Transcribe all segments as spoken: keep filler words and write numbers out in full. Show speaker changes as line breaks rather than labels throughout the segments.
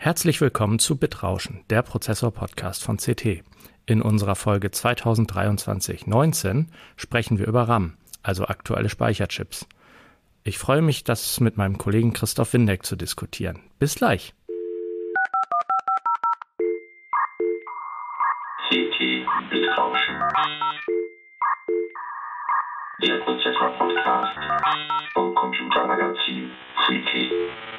Herzlich willkommen zu Bitrauschen, der Prozessor-Podcast von C T. In unserer Folge zweitausenddreiundzwanzig neunzehn sprechen wir über RAM, also aktuelle Speicherchips. Ich freue mich, das mit meinem Kollegen Christoph Windeck zu diskutieren. Bis gleich.
C T Bitrauschen. Der Prozessor-Podcast vom Computermagazin C T.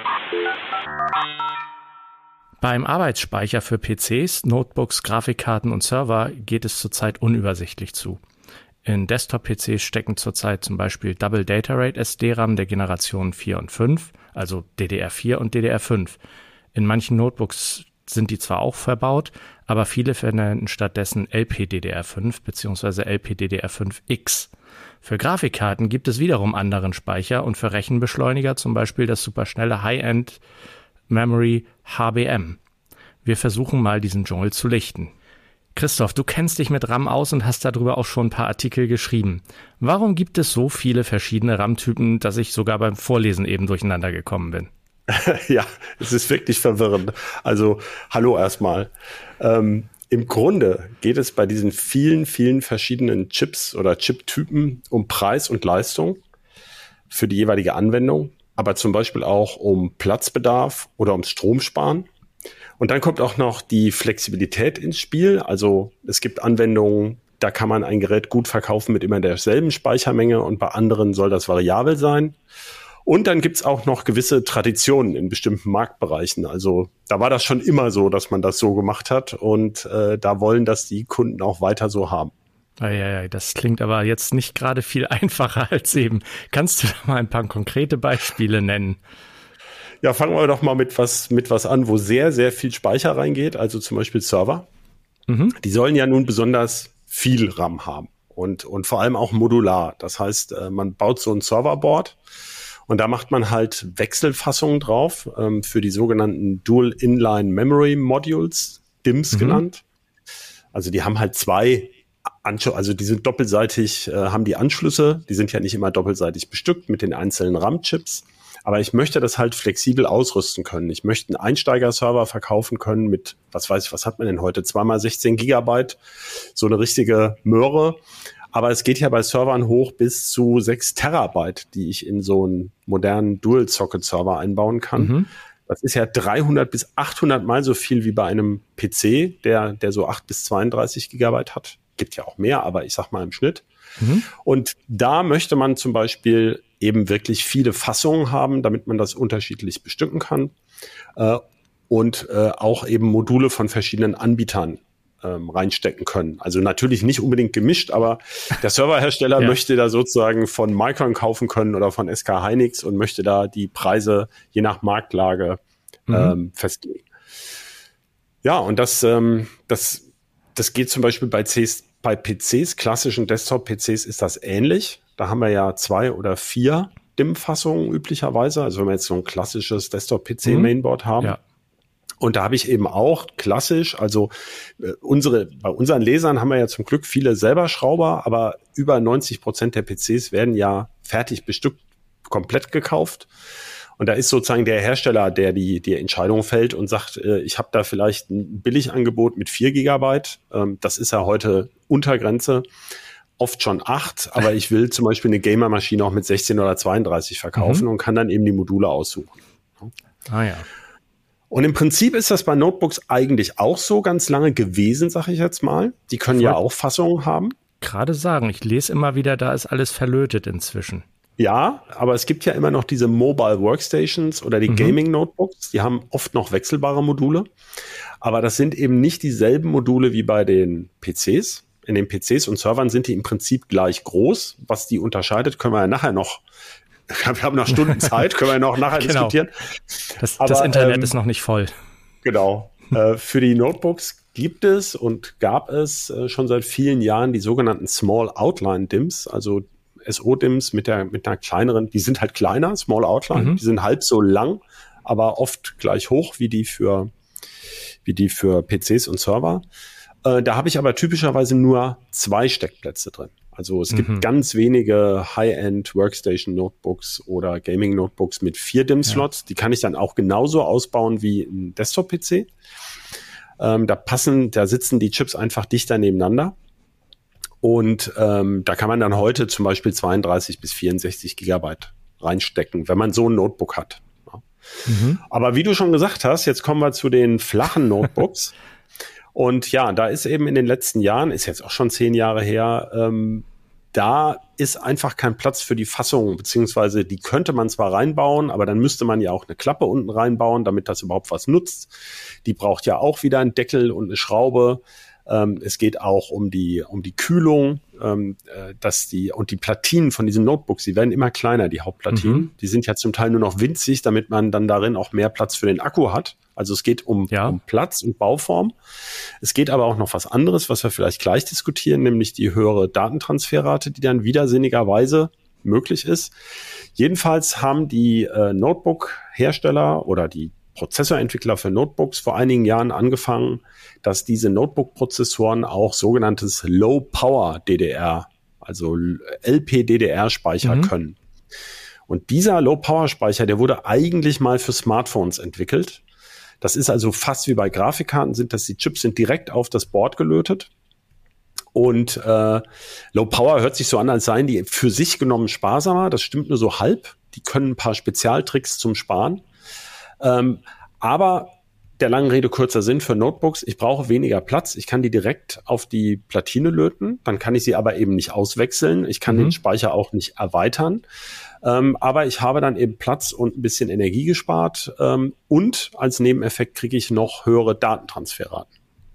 Beim Arbeitsspeicher für P Cs, Notebooks, Grafikkarten und Server geht es zurzeit unübersichtlich zu. In Desktop-P Cs stecken zurzeit zum Beispiel Double Data Rate S D RAM der Generation vier und fünf, also D D R vier und D D R fünf. In manchen Notebooks sind die zwar auch verbaut, aber viele verwenden stattdessen L P D D R fünf bzw. L P D D R fünf X. Für Grafikkarten gibt es wiederum anderen Speicher und für Rechenbeschleuniger zum Beispiel das superschnelle High-End Memory H B M. Wir versuchen mal diesen Dschungel zu lichten. Christoph, du kennst dich mit RAM aus und hast darüber auch schon ein paar Artikel geschrieben. Warum gibt es so viele verschiedene RAM-Typen, dass ich sogar beim Vorlesen eben durcheinander gekommen bin?
Ja, es ist wirklich verwirrend. Also, hallo erstmal. Ähm, im Grunde geht es bei diesen vielen, vielen verschiedenen Chips oder Chip-Typen um Preis und Leistung für die jeweilige Anwendung, aber zum Beispiel auch um Platzbedarf oder ums Stromsparen. Und dann kommt auch noch die Flexibilität ins Spiel. Also es gibt Anwendungen, da kann man ein Gerät gut verkaufen mit immer derselben Speichermenge und bei anderen soll das variabel sein. Und dann gibt's auch noch gewisse Traditionen in bestimmten Marktbereichen. Also da war das schon immer so, dass man das so gemacht hat und äh, da wollen das die Kunden auch weiter so haben.
Ja, ja, das klingt aber jetzt nicht gerade viel einfacher als eben. Kannst du da mal ein paar konkrete Beispiele nennen?
Ja, fangen wir doch mal mit was, mit was an, wo sehr, sehr viel Speicher reingeht, also zum Beispiel Server. Mhm. Die sollen ja nun besonders viel RAM haben und, und vor allem auch modular. Das heißt, man baut so ein Serverboard und da macht man halt Wechselfassungen drauf ähm, für die sogenannten Dual Inline Memory Modules, D I Ms mhm. genannt. Also die haben halt zwei Anschlüsse, also die sind doppelseitig, äh, haben die Anschlüsse, die sind ja nicht immer doppelseitig bestückt mit den einzelnen RAM-Chips. Aber ich möchte das halt flexibel ausrüsten können. Ich möchte einen Einsteiger-Server verkaufen können mit, was weiß ich, was hat man denn heute? Zweimal sechzehn Gigabyte, so eine richtige Möhre. Aber es geht ja bei Servern hoch bis zu sechs Terabyte, die ich in so einen modernen Dual-Socket-Server einbauen kann. Mhm. Das ist ja dreihundert bis achthundert Mal so viel wie bei einem P C, der, der so acht bis zweiunddreißig Gigabyte hat. Gibt ja auch mehr, aber ich sag mal im Schnitt. Mhm. Und da möchte man zum Beispiel eben wirklich viele Fassungen haben, damit man das unterschiedlich bestücken kann äh, und äh, auch eben Module von verschiedenen Anbietern ähm, reinstecken können. Also natürlich nicht unbedingt gemischt, aber der Serverhersteller ja. möchte da sozusagen von Micron kaufen können oder von S K Hynix und möchte da die Preise je nach Marktlage mhm. ähm, festlegen. Ja, und das, ähm, das, das geht zum Beispiel bei Cs, bei P Cs, klassischen Desktop-P Cs ist das ähnlich. Da haben wir ja zwei oder vier D I M-Fassungen üblicherweise. Also wenn wir jetzt so ein klassisches Desktop-P C-Mainboard mhm. haben. Ja. Und da habe ich eben auch klassisch, also äh, unsere, bei unseren Lesern haben wir ja zum Glück viele selber Schrauber, aber über neunzig Prozent der P Cs werden ja fertig bestückt, komplett gekauft. Und da ist sozusagen der Hersteller, der die, die Entscheidung fällt und sagt, äh, ich habe da vielleicht ein Billigangebot mit vier Gigabyte. Ähm, das ist ja heute Untergrenze. Oft schon acht, aber ich will zum Beispiel eine Gamer-Maschine auch mit sechzehn oder zweiunddreißig verkaufen mhm. und kann dann eben die Module aussuchen.
Ah ja.
Und im Prinzip ist das bei Notebooks eigentlich auch so ganz lange gewesen, sag ich jetzt mal. Die können ja auch Fassungen haben.
Gerade sagen, ich lese immer wieder, da ist alles verlötet inzwischen.
Ja, aber es gibt ja immer noch diese Mobile Workstations oder die mhm. Gaming-Notebooks. Die haben oft noch wechselbare Module. Aber das sind eben nicht dieselben Module wie bei den P Cs. In den P Cs und Servern sind die im Prinzip gleich groß. Was die unterscheidet, können wir ja nachher noch, wir haben noch Stunden Zeit, können wir noch nachher genau. diskutieren.
Das, Aber, das Internet ähm, ist noch nicht voll.
Genau. äh, für die Notebooks gibt es und gab es äh, schon seit vielen Jahren die sogenannten Small Outline D I Ms, also S O-D I Ms mit der mit einer kleineren, die sind halt kleiner, Small Outline, mhm. die sind halb so lang, aber oft gleich hoch wie die für, wie die für P Cs und Server. Äh, da habe ich aber typischerweise nur zwei Steckplätze drin. Also es
Mhm.
gibt ganz wenige High-End Workstation Notebooks oder Gaming Notebooks mit vier D I M-Slots. Ja. Die kann ich dann auch genauso ausbauen wie ein Desktop-P C. Ähm, da passen, da sitzen die Chips einfach dichter nebeneinander. Und ähm, da kann man dann heute zum Beispiel zweiunddreißig bis vierundsechzig Gigabyte reinstecken, wenn man so ein Notebook hat. Ja. Mhm. Aber wie du schon gesagt hast, jetzt kommen wir zu den flachen Notebooks. Und ja, da ist eben in den letzten Jahren, ist jetzt auch schon zehn Jahre her, ähm, da ist einfach kein Platz für die Fassung, beziehungsweise die könnte man zwar reinbauen, aber dann müsste man ja auch eine Klappe unten reinbauen, damit das überhaupt was nutzt. Die braucht ja auch wieder einen Deckel und eine Schraube. Ähm, es geht auch um die um die Kühlung, ähm, äh, dass die und die Platinen von diesen Notebooks, die werden immer kleiner, die Hauptplatinen. Mhm. Die sind ja zum Teil nur noch winzig, damit man dann darin auch mehr Platz für den Akku hat. Also es geht um, ja. um Platz und Bauform. Es geht aber auch noch was anderes, was wir vielleicht gleich diskutieren, nämlich die höhere Datentransferrate, die dann widersinnigerweise möglich ist. Jedenfalls haben die äh, Notebook-Hersteller oder die Prozessorentwickler für Notebooks vor einigen Jahren angefangen, dass diese Notebook-Prozessoren auch sogenanntes Low-Power-D D R, also L P D D R-Speicher mhm. können. Und dieser Low-Power-Speicher, der wurde eigentlich mal für Smartphones entwickelt. Das ist also fast wie bei Grafikkarten, sind das die Chips sind direkt auf das Board gelötet. Und äh, Low Power hört sich so an, als seien die für sich genommen sparsamer. Das stimmt nur so halb. Die können ein paar Spezialtricks zum Sparen. Ähm, aber der langen Rede kurzer Sinn für Notebooks, ich brauche weniger Platz. Ich kann die direkt auf die Platine löten. Dann kann ich sie aber eben nicht auswechseln. Ich kann mhm. den Speicher auch nicht erweitern. Ähm, aber ich habe dann eben Platz und ein bisschen Energie gespart. Ähm, und als Nebeneffekt kriege ich noch höhere Datentransferraten.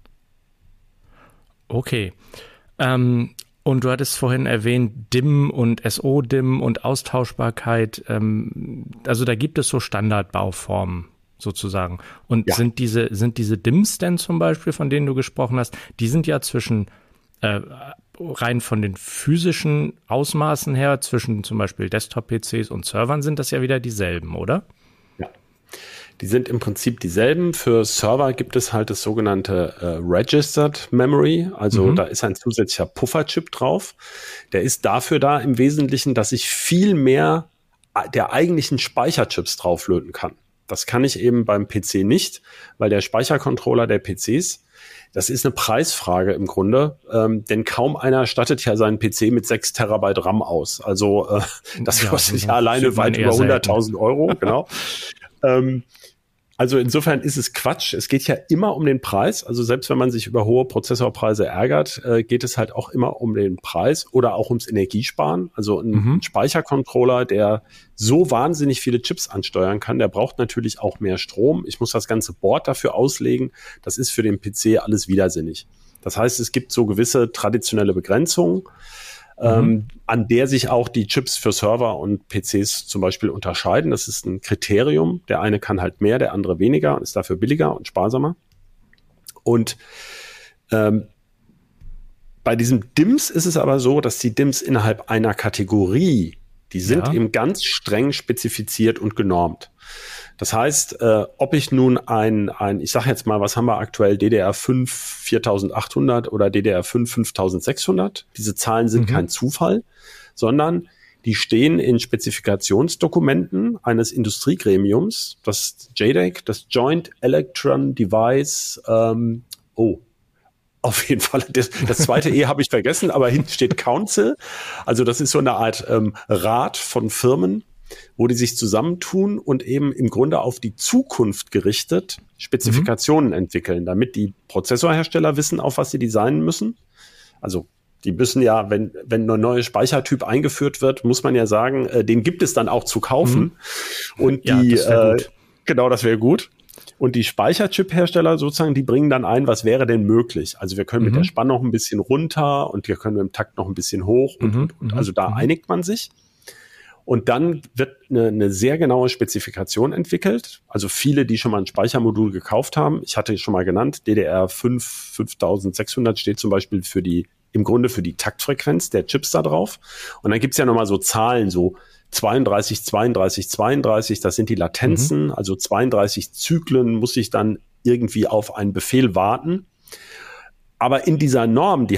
Okay. Ähm, und du hattest vorhin erwähnt, D I M und S O-D I M und Austauschbarkeit. Ähm, also da gibt es so Standardbauformen sozusagen. Und ja. sind diese sind diese D I Ms denn zum Beispiel, von denen du gesprochen hast, die sind ja zwischen äh, rein von den physischen Ausmaßen her, zwischen zum Beispiel Desktop-P Cs und Servern sind das ja wieder dieselben, oder?
Ja, die sind im Prinzip dieselben. Für Server gibt es halt das sogenannte äh, Registered Memory, also mhm. da ist ein zusätzlicher Pufferchip drauf. Der ist dafür da im Wesentlichen, dass ich viel mehr der eigentlichen Speicherchips drauflöten kann. Das kann ich eben beim P C nicht, weil der Speichercontroller der P Cs, das ist eine Preisfrage im Grunde, ähm, denn kaum einer stattet ja seinen P C mit sechs Terabyte RAM aus. Also äh, das ja, kostet ja alleine weit über hunderttausend Euro, genau. ähm, also insofern ist es Quatsch. Es geht ja immer um den Preis. Also selbst wenn man sich über hohe Prozessorpreise ärgert, äh, geht es halt auch immer um den Preis oder auch ums Energiesparen. Also ein mhm. Speichercontroller, der so wahnsinnig viele Chips ansteuern kann, der braucht natürlich auch mehr Strom. Ich muss das ganze Board dafür auslegen. Das ist für den P C alles widersinnig. Das heißt, es gibt so gewisse traditionelle Begrenzungen, mhm. ähm, an der sich auch die Chips für Server und P Cs zum Beispiel unterscheiden. Das ist ein Kriterium. Der eine kann halt mehr, der andere weniger und ist dafür billiger und sparsamer. Und ähm, bei diesen D I Ms ist es aber so, dass die D I Ms innerhalb einer Kategorie, die sind ja. eben ganz streng spezifiziert und genormt. Das heißt, äh, ob ich nun ein, ein, ich sage jetzt mal, was haben wir aktuell, D D R fünf viertausendachthundert oder D D R fünf fünftausendsechshundert, diese Zahlen sind mhm. kein Zufall, sondern die stehen in Spezifikationsdokumenten eines Industriegremiums, das J D E C, das Joint Electron Device, ähm, oh, auf jeden Fall. Das, das zweite E habe ich vergessen, aber hinten steht Council. Also das ist so eine Art ähm, Rat von Firmen, wo die sich zusammentun und eben im Grunde auf die Zukunft gerichtet Spezifikationen mhm. entwickeln, damit die Prozessorhersteller wissen, auf was sie designen müssen. Also die müssen ja, wenn wenn ein neuer Speichertyp eingeführt wird, muss man ja sagen, äh, den gibt es dann auch zu kaufen. Mhm. Und die, ja, das äh, genau, das wäre gut. Und die Speicherchip-Hersteller sozusagen, die bringen dann ein, was wäre denn möglich? Also wir können mhm. mit der Spannung noch ein bisschen runter und wir können mit dem Takt noch ein bisschen hoch und, mhm. und, und. Also da mhm. einigt man sich. Und dann wird eine, eine sehr genaue Spezifikation entwickelt. Also viele, die schon mal ein Speichermodul gekauft haben, ich hatte schon mal genannt, D D R fünf fünftausendsechshundert steht zum Beispiel für die, im Grunde für die Taktfrequenz der Chips da drauf. Und dann gibt's ja nochmal so Zahlen, so zweiunddreißig, zweiunddreißig, zweiunddreißig, das sind die Latenzen, mhm. also zweiunddreißig Zyklen muss ich dann irgendwie auf einen Befehl warten. Aber in dieser Norm, die hat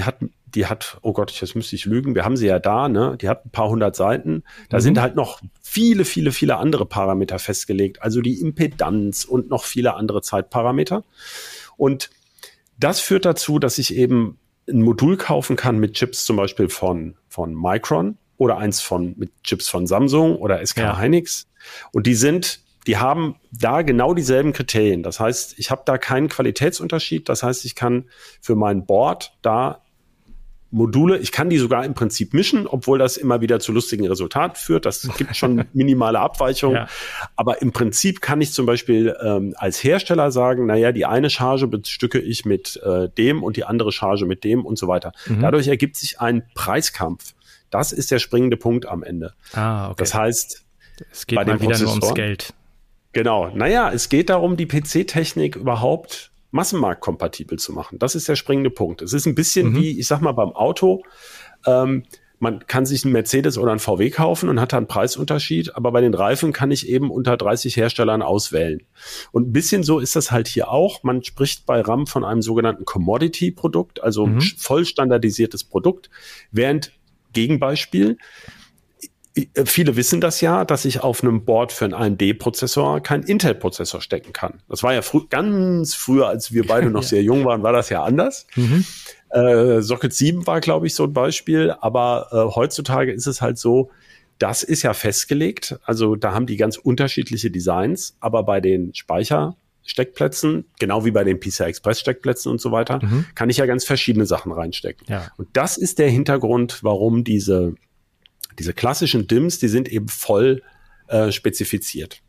die hat, oh Gott, jetzt müsste ich lügen, wir haben sie ja da, ne? Die hat ein paar hundert Seiten. Da
mhm.
sind halt noch viele, viele, viele andere Parameter festgelegt. Also die Impedanz und noch viele andere Zeitparameter. Und das führt dazu, dass ich eben ein Modul kaufen kann mit Chips zum Beispiel von, von Micron oder eins von, mit Chips von Samsung oder S K
ja.
Hynix. Und die sind Die haben da genau dieselben Kriterien. Das heißt, ich habe da keinen Qualitätsunterschied. Das heißt, ich kann für mein Board da Module, ich kann die sogar im Prinzip mischen, obwohl das immer wieder zu lustigen Resultaten führt. Das gibt schon minimale Abweichungen. Ja. Aber im Prinzip kann ich zum Beispiel ähm, als Hersteller sagen, naja, die eine Charge bestücke ich mit äh, dem und die andere Charge mit dem und so weiter. Mhm. Dadurch ergibt sich ein Preiskampf. Das ist der springende Punkt am Ende.
Ah, okay.
Das heißt,
es geht bei mal wieder nur ums Geld.
Genau. Naja, es geht darum, die P C-Technik überhaupt massenmarktkompatibel zu machen. Das ist der springende Punkt. Es ist ein bisschen mhm. wie, ich sag mal, beim Auto. Ähm, man kann sich einen Mercedes oder einen V W kaufen und hat da einen Preisunterschied, aber bei den Reifen kann ich eben unter dreißig Herstellern auswählen. Und ein bisschen so ist das halt hier auch. Man spricht bei RAM von einem sogenannten Commodity-Produkt, also mhm. voll standardisiertes Produkt, während Gegenbeispiel, viele wissen das ja, dass ich auf einem Board für einen A M D-Prozessor keinen Intel-Prozessor stecken kann. Das war ja frü- ganz früher, als wir beide noch ja. sehr jung waren, war das ja anders. Mhm. Äh, Socket sieben war, glaube ich, so ein Beispiel. Aber äh, heutzutage ist es halt so, das ist ja festgelegt. Also da haben die ganz unterschiedliche Designs. Aber bei den Speichersteckplätzen, genau wie bei den P C I-Express-Steckplätzen und so weiter, mhm. kann ich ja ganz verschiedene Sachen reinstecken. Ja. Und das ist der Hintergrund, warum diese Diese klassischen D I Ms, die sind eben voll äh, spezifiziert.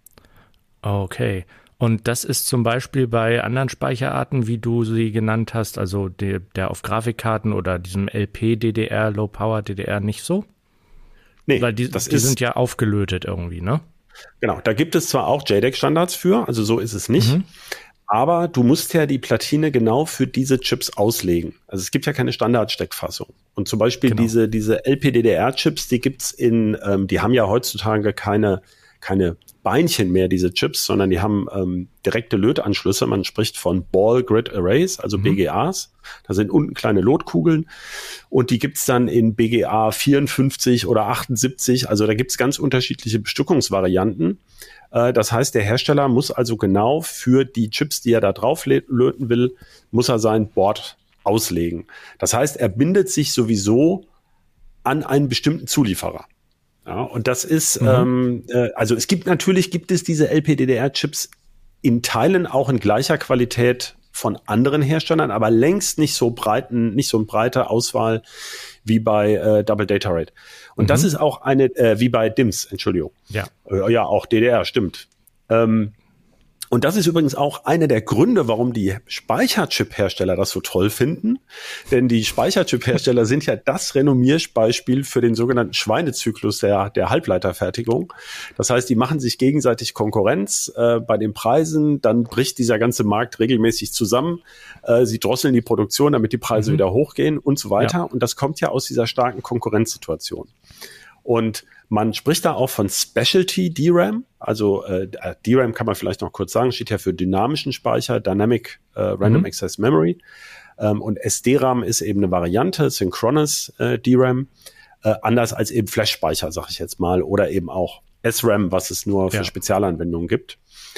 Okay. Und das ist zum Beispiel bei anderen Speicherarten, wie du sie genannt hast, also die, der auf Grafikkarten oder diesem L P D D R, Low Power D D R nicht so? Nee, weil die, das die ist, sind ja aufgelötet irgendwie, ne?
Genau, da gibt es zwar auch J D E C-Standards für, also so ist es nicht. Mhm. Aber du musst ja die Platine genau für diese Chips auslegen. Also es gibt ja keine Standardsteckfassung. Und zum Beispiel genau. diese diese L P D D R-Chips, die gibt's in, ähm, die haben ja heutzutage keine keine Beinchen mehr, diese Chips, sondern die haben ähm, direkte Lötanschlüsse. Man spricht von Ball Grid Arrays, also mhm. B G As. Da sind unten kleine Lotkugeln und die gibt's dann in B G A vierundfünfzig oder achtundsiebzig. Also da gibt's ganz unterschiedliche Bestückungsvarianten. Das heißt, der Hersteller muss also genau für die Chips, die er da drauf löten will, muss er sein Board auslegen. Das heißt, er bindet sich sowieso an einen bestimmten Zulieferer. Ja, und das ist, mhm. ähm, äh, also es gibt natürlich, gibt es diese L P D D R-Chips in Teilen auch in gleicher Qualität von anderen Herstellern, aber längst nicht so breiten, nicht so eine breite Auswahl wie bei äh, Double Data Rate. Und mhm. das ist auch eine, äh, wie bei D I Ms, Entschuldigung.
Ja.
Äh, ja, auch D D R, stimmt. Ähm, und das ist übrigens auch einer der Gründe, warum die Speicherchip-Hersteller das so toll finden. Denn die Speicherchip-Hersteller sind ja das Renommierbeispiel für den sogenannten Schweinezyklus der, der Halbleiterfertigung. Das heißt, die machen sich gegenseitig Konkurrenz äh, bei den Preisen. Dann bricht dieser ganze Markt regelmäßig zusammen. Äh, sie drosseln die Produktion, damit die Preise mhm. wieder hochgehen und so weiter. Ja. Und das kommt ja aus dieser starken Konkurrenzsituation. Und man spricht da auch von Specialty D RAM, also äh, D RAM kann man vielleicht noch kurz sagen, steht ja für dynamischen Speicher, Dynamic äh, Random mhm. Access Memory. Ähm, und S D RAM ist eben eine Variante, Synchronous äh, D RAM, äh, anders als eben Flash-Speicher, sag ich jetzt mal, oder eben auch S RAM, was es nur für ja. Spezialanwendungen gibt.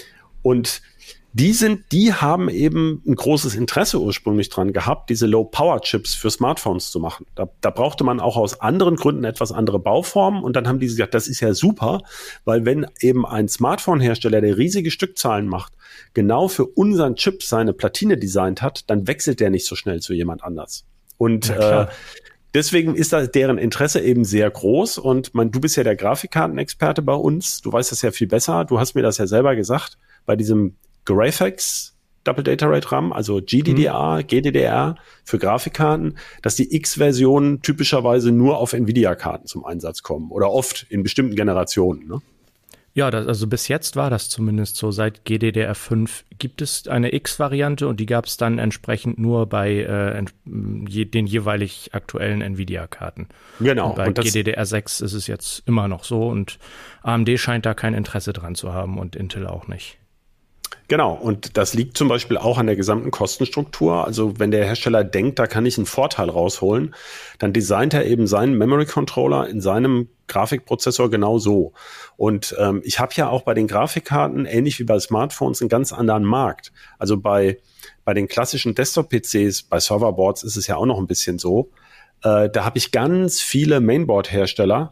Und die sind, die haben eben ein großes Interesse ursprünglich dran gehabt, diese Low-Power-Chips für Smartphones zu machen. Da, da brauchte man auch aus anderen Gründen etwas andere Bauformen und dann haben die gesagt, das ist ja super, weil wenn eben ein Smartphone-Hersteller, der riesige Stückzahlen macht, genau für unseren Chip seine Platine designt hat, dann wechselt der nicht so schnell zu jemand anders. Und ja, äh, deswegen ist da deren Interesse eben sehr groß und man, du bist ja der Grafikkartenexperte bei uns, du weißt das ja viel besser, du hast mir das ja selber gesagt, bei diesem Graphics Double Data Rate RAM, also G D D R, mhm. G D D R für Grafikkarten, dass die X-Versionen typischerweise nur auf Nvidia-Karten zum Einsatz kommen oder oft in bestimmten Generationen. Ne?
Ja, das, also bis jetzt war das zumindest so. Seit G D D R fünf gibt es eine X-Variante und die gab es dann entsprechend nur bei äh, je, den jeweilig aktuellen Nvidia-Karten.
Genau.
Und bei und G D D R sechs ist es jetzt immer noch so und A M D scheint da kein Interesse dran zu haben und Intel auch nicht.
Genau, und das liegt zum Beispiel auch an der gesamten Kostenstruktur. Also wenn der Hersteller denkt, da kann ich einen Vorteil rausholen, dann designt er eben seinen Memory Controller in seinem Grafikprozessor genau so. Und ähm, ich habe ja auch bei den Grafikkarten, ähnlich wie bei Smartphones, einen ganz anderen Markt. Also bei, bei den klassischen Desktop-P Cs, bei Serverboards ist es ja auch noch ein bisschen so. Äh, da habe ich ganz viele Mainboard-Hersteller,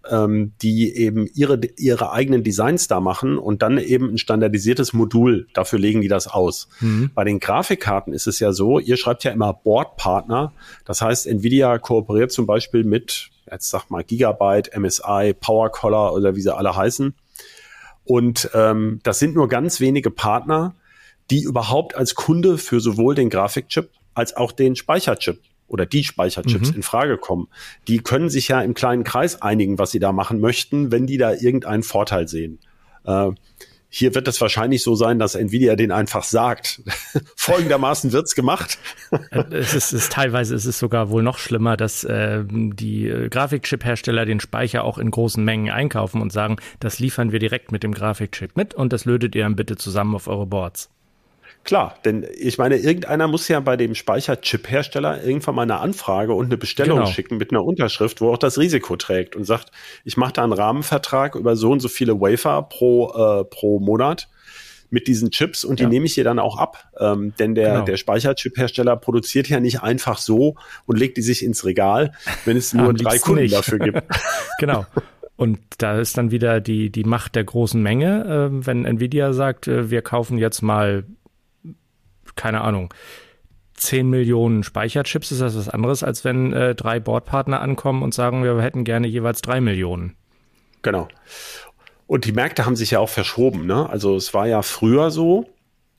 die eben ihre, ihre eigenen Designs da machen und dann eben ein standardisiertes Modul, dafür legen die das aus. Mhm. Bei den Grafikkarten ist es ja so, ihr schreibt ja immer Boardpartner, das heißt Nvidia kooperiert zum Beispiel mit, jetzt sag mal Gigabyte, M S I, PowerColor oder wie sie alle heißen und ähm, das sind nur ganz wenige Partner, die überhaupt als Kunde für sowohl den Grafikchip als auch den Speicherchip oder die Speicherchips mhm. in Frage kommen, die können sich ja im kleinen Kreis einigen, was sie da machen möchten, wenn die da irgendeinen Vorteil sehen. Äh, hier wird es wahrscheinlich so sein, dass Nvidia den einfach sagt. Folgendermaßen wird's gemacht.
es ist, es ist teilweise ist es sogar wohl noch schlimmer, dass äh, die äh, Grafikchip-Hersteller den Speicher auch in großen Mengen einkaufen und sagen, das liefern wir direkt mit dem Grafikchip mit und das lötet ihr dann bitte zusammen auf eure Boards.
Klar, denn ich meine, irgendeiner muss ja bei dem Speicherchip-Hersteller irgendwann mal eine Anfrage und eine Bestellung genau. schicken mit einer Unterschrift, wo auch das Risiko trägt und sagt, ich mache da einen Rahmenvertrag über so und so viele Wafer pro, äh, pro Monat mit diesen Chips und die ja. nehme ich dir dann auch ab. Ähm, denn der, genau. der Speicherchip-Hersteller produziert ja nicht einfach so und legt die sich ins Regal, wenn es nur drei Kunden nicht. dafür gibt.
Genau. Und da ist dann wieder die, die Macht der großen Menge. Äh, wenn Nvidia sagt, äh, wir kaufen jetzt mal keine Ahnung, zehn Millionen Speicherchips, ist das was anderes, als wenn äh, drei Boardpartner ankommen und sagen, wir hätten gerne jeweils drei Millionen.
Genau. Und die Märkte haben sich ja auch verschoben, ne? Also es war ja früher so,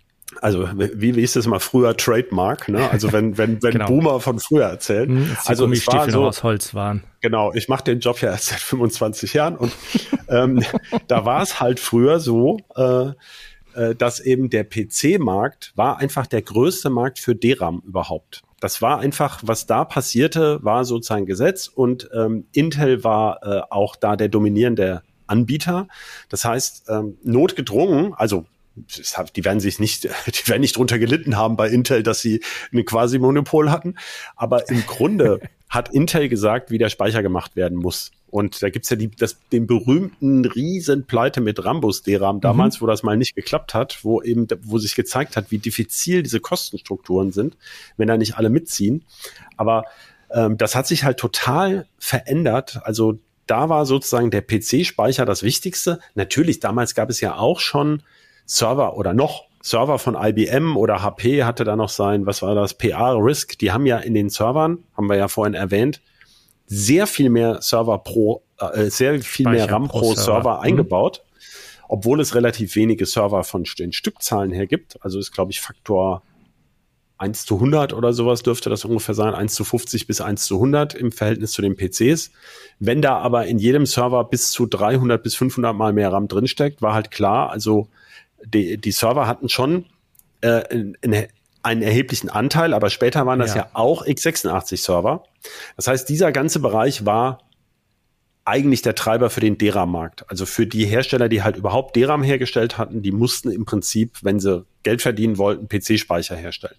also wie, wie ist das mal früher Trademark, ne? Also wenn wenn wenn genau. Boomer von früher erzählen,
mhm, also es war so, aus Holz waren.
Genau, ich mache den Job ja erst seit fünfundzwanzig Jahren und ähm, da war es halt früher so, äh, dass eben der P C-Markt war einfach der größte Markt für D RAM überhaupt. Das war einfach, was da passierte, war sozusagen Gesetz und ähm, Intel war äh, auch da der dominierende Anbieter. Das heißt, ähm, notgedrungen, also die werden sich nicht, die werden nicht drunter gelitten haben bei Intel, dass sie ein Quasi-Monopol hatten. Aber im Grunde hat Intel gesagt, wie der Speicher gemacht werden muss. Und da gibt's ja die, das, den berühmten Riesenpleite mit Rambus D RAM damals, mhm. wo das mal nicht geklappt hat, wo eben, wo sich gezeigt hat, wie diffizil diese Kostenstrukturen sind, wenn da nicht alle mitziehen. Aber ähm, das hat sich halt total verändert. Also da war sozusagen der P C-Speicher das Wichtigste. Natürlich, damals gab es ja auch schon Server oder noch Server von I B M oder H P hatte da noch sein, was war das, P A Risk. Die haben ja in den Servern, haben wir ja vorhin erwähnt, sehr viel mehr Server pro, äh, sehr viel Speicher mehr RAM pro, pro Server, Server eingebaut, mhm. obwohl es relativ wenige Server von den Stückzahlen her gibt. Also ist, glaube ich, Faktor eins zu hundert oder sowas dürfte das ungefähr sein, eins zu fünfzig bis eins zu hundert im Verhältnis zu den P Cs. Wenn da aber in jedem Server bis zu dreihundert bis fünfhundert mal mehr RAM drinsteckt, war halt klar, also die, die Server hatten schon äh, eine, einen erheblichen Anteil, aber später waren das ja, ja auch x sechsundachtzig Server. Das heißt, dieser ganze Bereich war eigentlich der Treiber für den D RAM-Markt. Also für die Hersteller, die halt überhaupt D RAM hergestellt hatten, die mussten im Prinzip, wenn sie Geld verdienen wollten, P C-Speicher herstellen.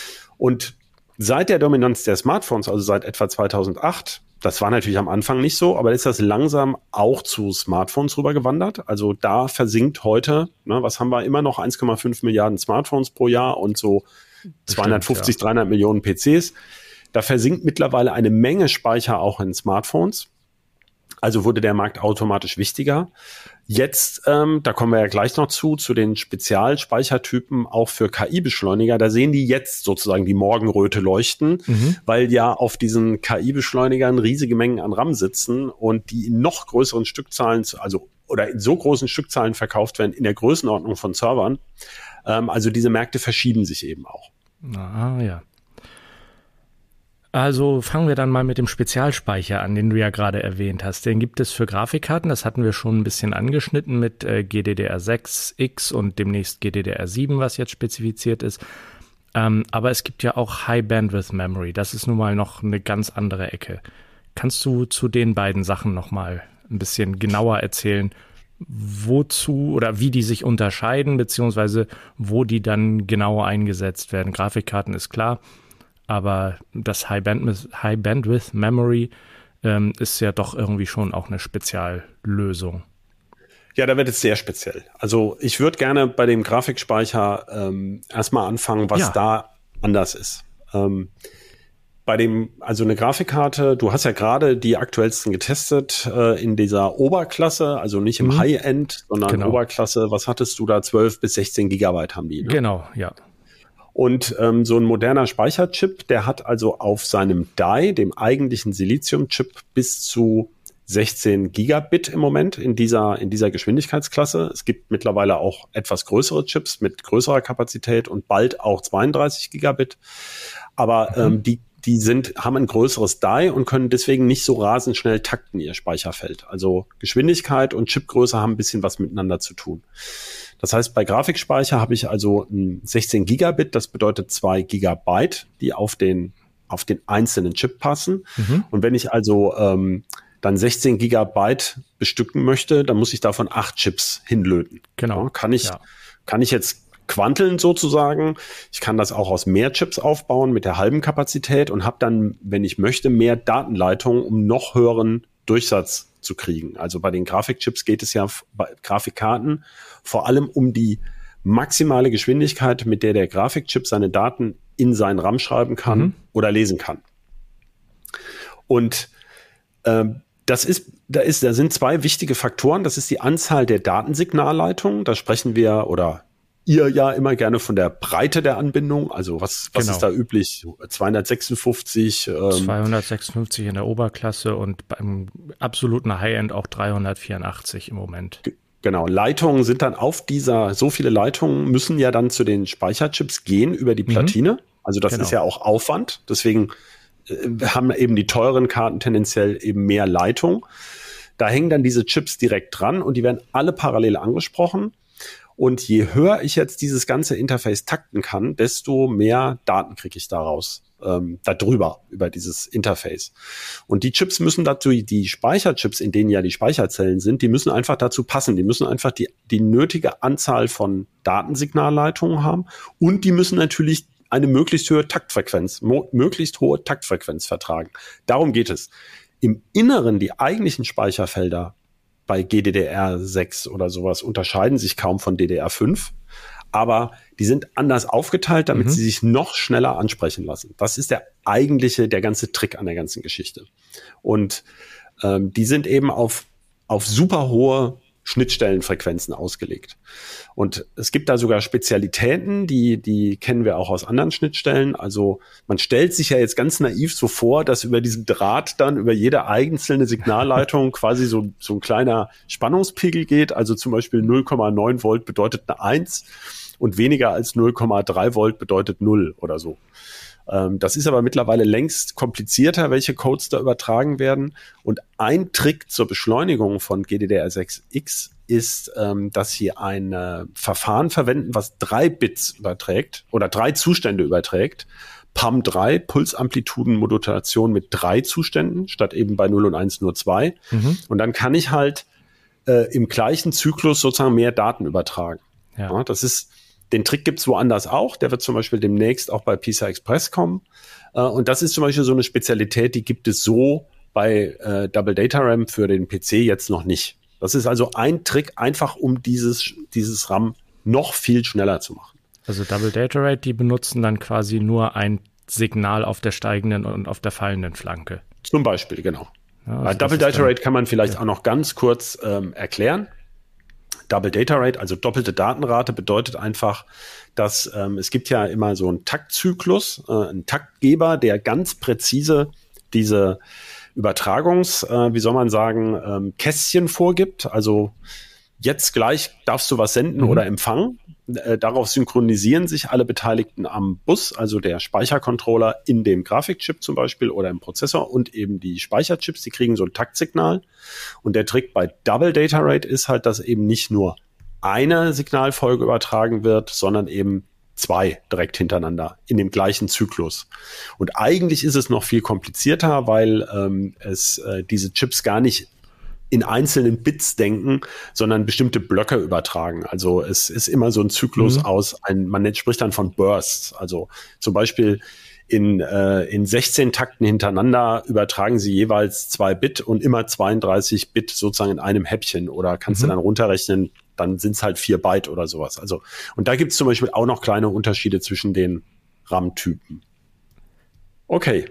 Und seit der Dominanz der Smartphones, also seit etwa zweitausendacht, das war natürlich am Anfang nicht so, aber ist das langsam auch zu Smartphones rübergewandert. Also da versinkt heute, ne, was haben wir immer noch, eins Komma fünf Milliarden Smartphones pro Jahr und so zweihundertfünfzig, ja. dreihundert Millionen P Cs. Da versinkt mittlerweile eine Menge Speicher auch in Smartphones. Also wurde der Markt automatisch wichtiger. Jetzt, ähm, da kommen wir ja gleich noch zu, zu den Spezialspeichertypen auch für K I-Beschleuniger. Da sehen die jetzt sozusagen die Morgenröte leuchten, mhm. weil ja auf diesen K I-Beschleunigern riesige Mengen an RAM sitzen und die in noch größeren Stückzahlen, also oder in so großen Stückzahlen verkauft werden, in der Größenordnung von Servern. Ähm, also diese Märkte verschieben sich eben auch.
Ah, ja. Also fangen wir dann mal mit dem Spezialspeicher an, den du ja gerade erwähnt hast. Den gibt es für Grafikkarten, das hatten wir schon ein bisschen angeschnitten mit äh, G D D R sechs X und demnächst G D D R sieben, was jetzt spezifiziert ist. Ähm, aber es gibt ja auch High Bandwidth Memory, das ist nun mal noch eine ganz andere Ecke. Kannst du zu den beiden Sachen noch mal ein bisschen genauer erzählen, wozu oder wie die sich unterscheiden, beziehungsweise wo die dann genau eingesetzt werden. Grafikkarten ist klar, aber das High Bandwidth, High Bandwidth Memory ähm, ist ja doch irgendwie schon auch eine Speziallösung.
Ja, da wird es sehr speziell. Also ich würde gerne bei dem Grafikspeicher ähm, erstmal anfangen, was ja. da anders ist. Ähm, bei dem, also eine Grafikkarte, du hast ja gerade die aktuellsten getestet äh, in dieser Oberklasse, also nicht im mhm. High-End, sondern genau. Oberklasse. Was hattest du da? zwölf bis sechzehn Gigabyte haben die, ne?
Genau, ja.
Und ähm, so ein moderner Speicherchip, der hat also auf seinem D A I, dem eigentlichen Silizium-Chip, bis zu sechzehn Gigabit im Moment in dieser, in dieser Geschwindigkeitsklasse. Es gibt mittlerweile auch etwas größere Chips mit größerer Kapazität und bald auch zweiunddreißig Gigabit. Aber mhm. ähm, die, die sind, haben ein größeres D A I und können deswegen nicht so rasend schnell takten, ihr Speicherfeld. Also Geschwindigkeit und Chipgröße haben ein bisschen was miteinander zu tun. Das heißt, bei Grafikspeicher habe ich also ein sechzehn Gigabit, das bedeutet zwei Gigabyte, die auf den, auf den einzelnen Chip passen. Mhm. Und wenn ich also ähm, dann sechzehn Gigabyte bestücken möchte, dann muss ich davon acht Chips hinlöten.
Genau.
Ja, kann ich,
ja.
kann ich jetzt quanteln sozusagen. Ich kann das auch aus mehr Chips aufbauen mit der halben Kapazität und habe dann, wenn ich möchte, mehr Datenleitungen, um noch höheren Durchsatz zu kriegen. Also bei den Grafikchips geht es ja bei Grafikkarten vor allem um die maximale Geschwindigkeit, mit der der Grafikchip seine Daten in seinen RAM schreiben kann mhm. oder lesen kann. Und ähm, das ist, da ist, da sind zwei wichtige Faktoren. Das ist die Anzahl der Datensignalleitungen. Da sprechen wir oder ihr ja immer gerne von der Breite der Anbindung. Also was, was
genau.
ist da üblich? zweihundertsechsundfünfzig Ähm,
zweihundertsechsundfünfzig in der Oberklasse und beim absoluten High-End auch dreihundertvierundachtzig im Moment.
Genau, Leitungen sind dann auf dieser, so viele Leitungen müssen ja dann zu den Speicherchips gehen über die Platine. Mhm. Also das genau. ist ja auch Aufwand. Deswegen äh, haben eben die teuren Karten tendenziell eben mehr Leitung. Da hängen dann diese Chips direkt dran und die werden alle parallel angesprochen. Und je höher ich jetzt dieses ganze Interface takten kann, desto mehr Daten kriege ich daraus, ähm, darüber, über dieses Interface. Und die Chips müssen dazu, die Speicherchips, in denen ja die Speicherzellen sind, die müssen einfach dazu passen. Die müssen einfach die, die nötige Anzahl von Datensignalleitungen haben. Und die müssen natürlich eine möglichst hohe Taktfrequenz, mo- möglichst hohe Taktfrequenz vertragen. Darum geht es. Im Inneren, die eigentlichen Speicherfelder bei G D D R sechs oder sowas unterscheiden sich kaum von D D R fünf, aber die sind anders aufgeteilt, damit mhm. sie sich noch schneller ansprechen lassen. Das ist der eigentliche, der ganze Trick an der ganzen Geschichte. Und ähm, die sind eben auf, auf super hohe Schnittstellenfrequenzen ausgelegt. Und es gibt da sogar Spezialitäten, die, die kennen wir auch aus anderen Schnittstellen. Also man stellt sich ja jetzt ganz naiv so vor, dass über diesen Draht dann über jede einzelne Signalleitung quasi so, so ein kleiner Spannungspegel geht. Also zum Beispiel null Komma neun Volt bedeutet eine eins und weniger als null Komma drei Volt bedeutet null oder so. Das ist aber mittlerweile längst komplizierter, welche Codes da übertragen werden. Und ein Trick zur Beschleunigung von G D D R sechs X ist, dass sie ein Verfahren verwenden, was drei Bits überträgt oder drei Zustände überträgt. P A M drei, Pulsamplitudenmodulation mit drei Zuständen, statt eben bei null und eins nur zwei. Mhm. Und dann kann ich halt äh, im gleichen Zyklus sozusagen mehr Daten übertragen. Ja. Ja, das ist Den Trick gibt's woanders auch. Der wird zum Beispiel demnächst auch bei P C I Express kommen. Äh, und das ist zum Beispiel so eine Spezialität, die gibt es so bei äh, Double Data RAM für den P C jetzt noch nicht. Das ist also ein Trick, einfach um dieses, dieses RAM noch viel schneller zu machen.
Also Double Data Rate, die benutzen dann quasi nur ein Signal auf der steigenden und auf der fallenden Flanke.
Zum Beispiel, genau. Ja, also Double Data dann, Rate kann man vielleicht ja. auch noch ganz kurz ähm, erklären. Double Data Rate, also doppelte Datenrate, bedeutet einfach, dass ähm, es gibt ja immer so einen Taktzyklus, äh, einen Taktgeber, der ganz präzise diese Übertragungs, äh, wie soll man sagen, ähm, Kästchen vorgibt. Also jetzt gleich darfst du was senden mhm. oder empfangen. Äh, darauf synchronisieren sich alle Beteiligten am Bus, also der Speichercontroller in dem Grafikchip zum Beispiel oder im Prozessor und eben die Speicherchips, die kriegen so ein Taktsignal. Und der Trick bei Double Data Rate ist halt, dass eben nicht nur eine Signalfolge übertragen wird, sondern eben zwei direkt hintereinander in dem gleichen Zyklus. Und eigentlich ist es noch viel komplizierter, weil ähm, es äh, diese Chips gar nicht in einzelnen Bits denken, sondern bestimmte Blöcke übertragen. Also es ist immer so ein Zyklus mhm. aus, ein, man spricht dann von Bursts. Also zum Beispiel in, äh, in sechzehn Takten hintereinander übertragen sie jeweils zwei Bit und immer zweiunddreißig Bit sozusagen in einem Häppchen. Oder kannst mhm. du dann runterrechnen, dann sind es halt vier Byte oder sowas. Also, und da gibt es zum Beispiel auch noch kleine Unterschiede zwischen den RAM-Typen. Okay.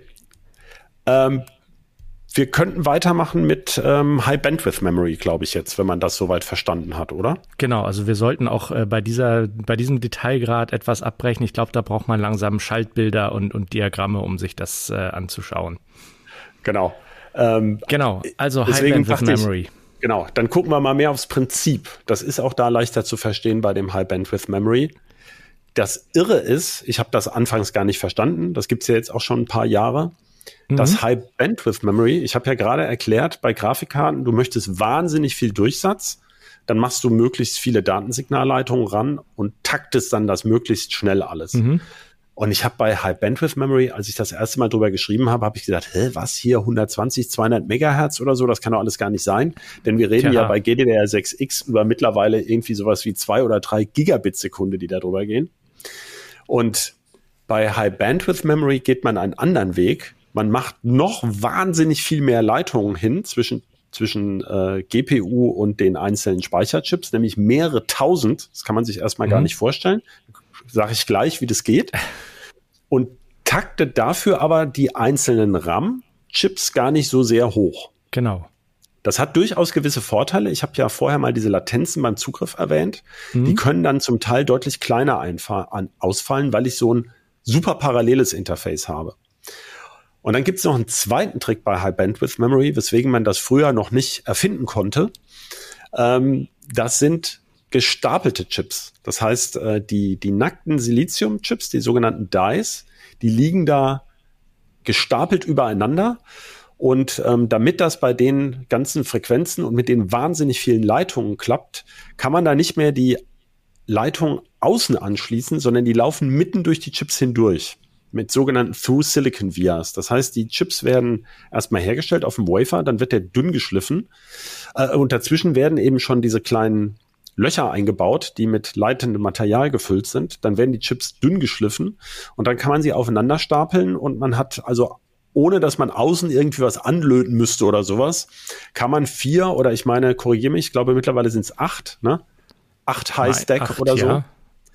Ähm, Wir könnten weitermachen mit ähm, High Bandwidth Memory, glaube ich jetzt, wenn man das soweit verstanden hat, oder?
Genau, also wir sollten auch äh, bei dieser, bei diesem Detailgrad etwas abbrechen. Ich glaube, da braucht man langsam Schaltbilder und, und Diagramme, um sich das äh, anzuschauen.
Genau. Ähm,
genau, also High Bandwidth Memory.
Ich, genau, dann gucken wir mal mehr aufs Prinzip. Das ist auch da leichter zu verstehen bei dem High Bandwidth Memory. Das Irre ist, ich habe das anfangs gar nicht verstanden, das gibt's ja jetzt auch schon ein paar Jahre. Das mhm. High Bandwidth Memory, ich habe ja gerade erklärt, bei Grafikkarten, du möchtest wahnsinnig viel Durchsatz, dann machst du möglichst viele Datensignalleitungen ran und taktest dann das möglichst schnell alles. Mhm. Und ich habe bei High Bandwidth Memory, als ich das erste Mal drüber geschrieben habe, habe ich gesagt, hä, was hier, hundertzwanzig, zweihundert Megahertz oder so, das kann doch alles gar nicht sein. Denn wir reden Tja. ja bei G D D R sechs X über mittlerweile irgendwie sowas wie zwei oder drei Gigabit Sekunde, die da drüber gehen. Und bei High Bandwidth Memory geht man einen anderen Weg. Man macht noch wahnsinnig viel mehr Leitungen hin zwischen, zwischen äh, G P U und den einzelnen Speicherchips, nämlich mehrere tausend. Das kann man sich erstmal mhm. gar nicht vorstellen. Sage ich gleich, wie das geht. Und taktet dafür aber die einzelnen RAM-Chips gar nicht so sehr hoch.
Genau.
Das hat durchaus gewisse Vorteile. Ich habe ja vorher mal diese Latenzen beim Zugriff erwähnt. Mhm. Die können dann zum Teil deutlich kleiner einfach an, ausfallen, weil ich so ein super paralleles Interface habe. Und dann gibt es noch einen zweiten Trick bei High Bandwidth Memory, weswegen man das früher noch nicht erfinden konnte. Ähm, das sind gestapelte Chips. Das heißt, äh, die, die nackten Silizium-Chips, die sogenannten D I Es, die liegen da gestapelt übereinander. Und ähm, damit das bei den ganzen Frequenzen und mit den wahnsinnig vielen Leitungen klappt, kann man da nicht mehr die Leitung außen anschließen, sondern die laufen mitten durch die Chips hindurch. Mit sogenannten Through-Silicon-Vias. Das heißt, die Chips werden erstmal hergestellt auf dem Wafer, dann wird der dünn geschliffen äh, und dazwischen werden eben schon diese kleinen Löcher eingebaut, die mit leitendem Material gefüllt sind. Dann werden die Chips dünn geschliffen und dann kann man sie aufeinander stapeln und man hat also, ohne dass man außen irgendwie was anlöten müsste oder sowas, kann man vier oder ich meine, korrigiere mich, ich glaube mittlerweile sind es acht, ne? Acht High-Stack oder so. Ja.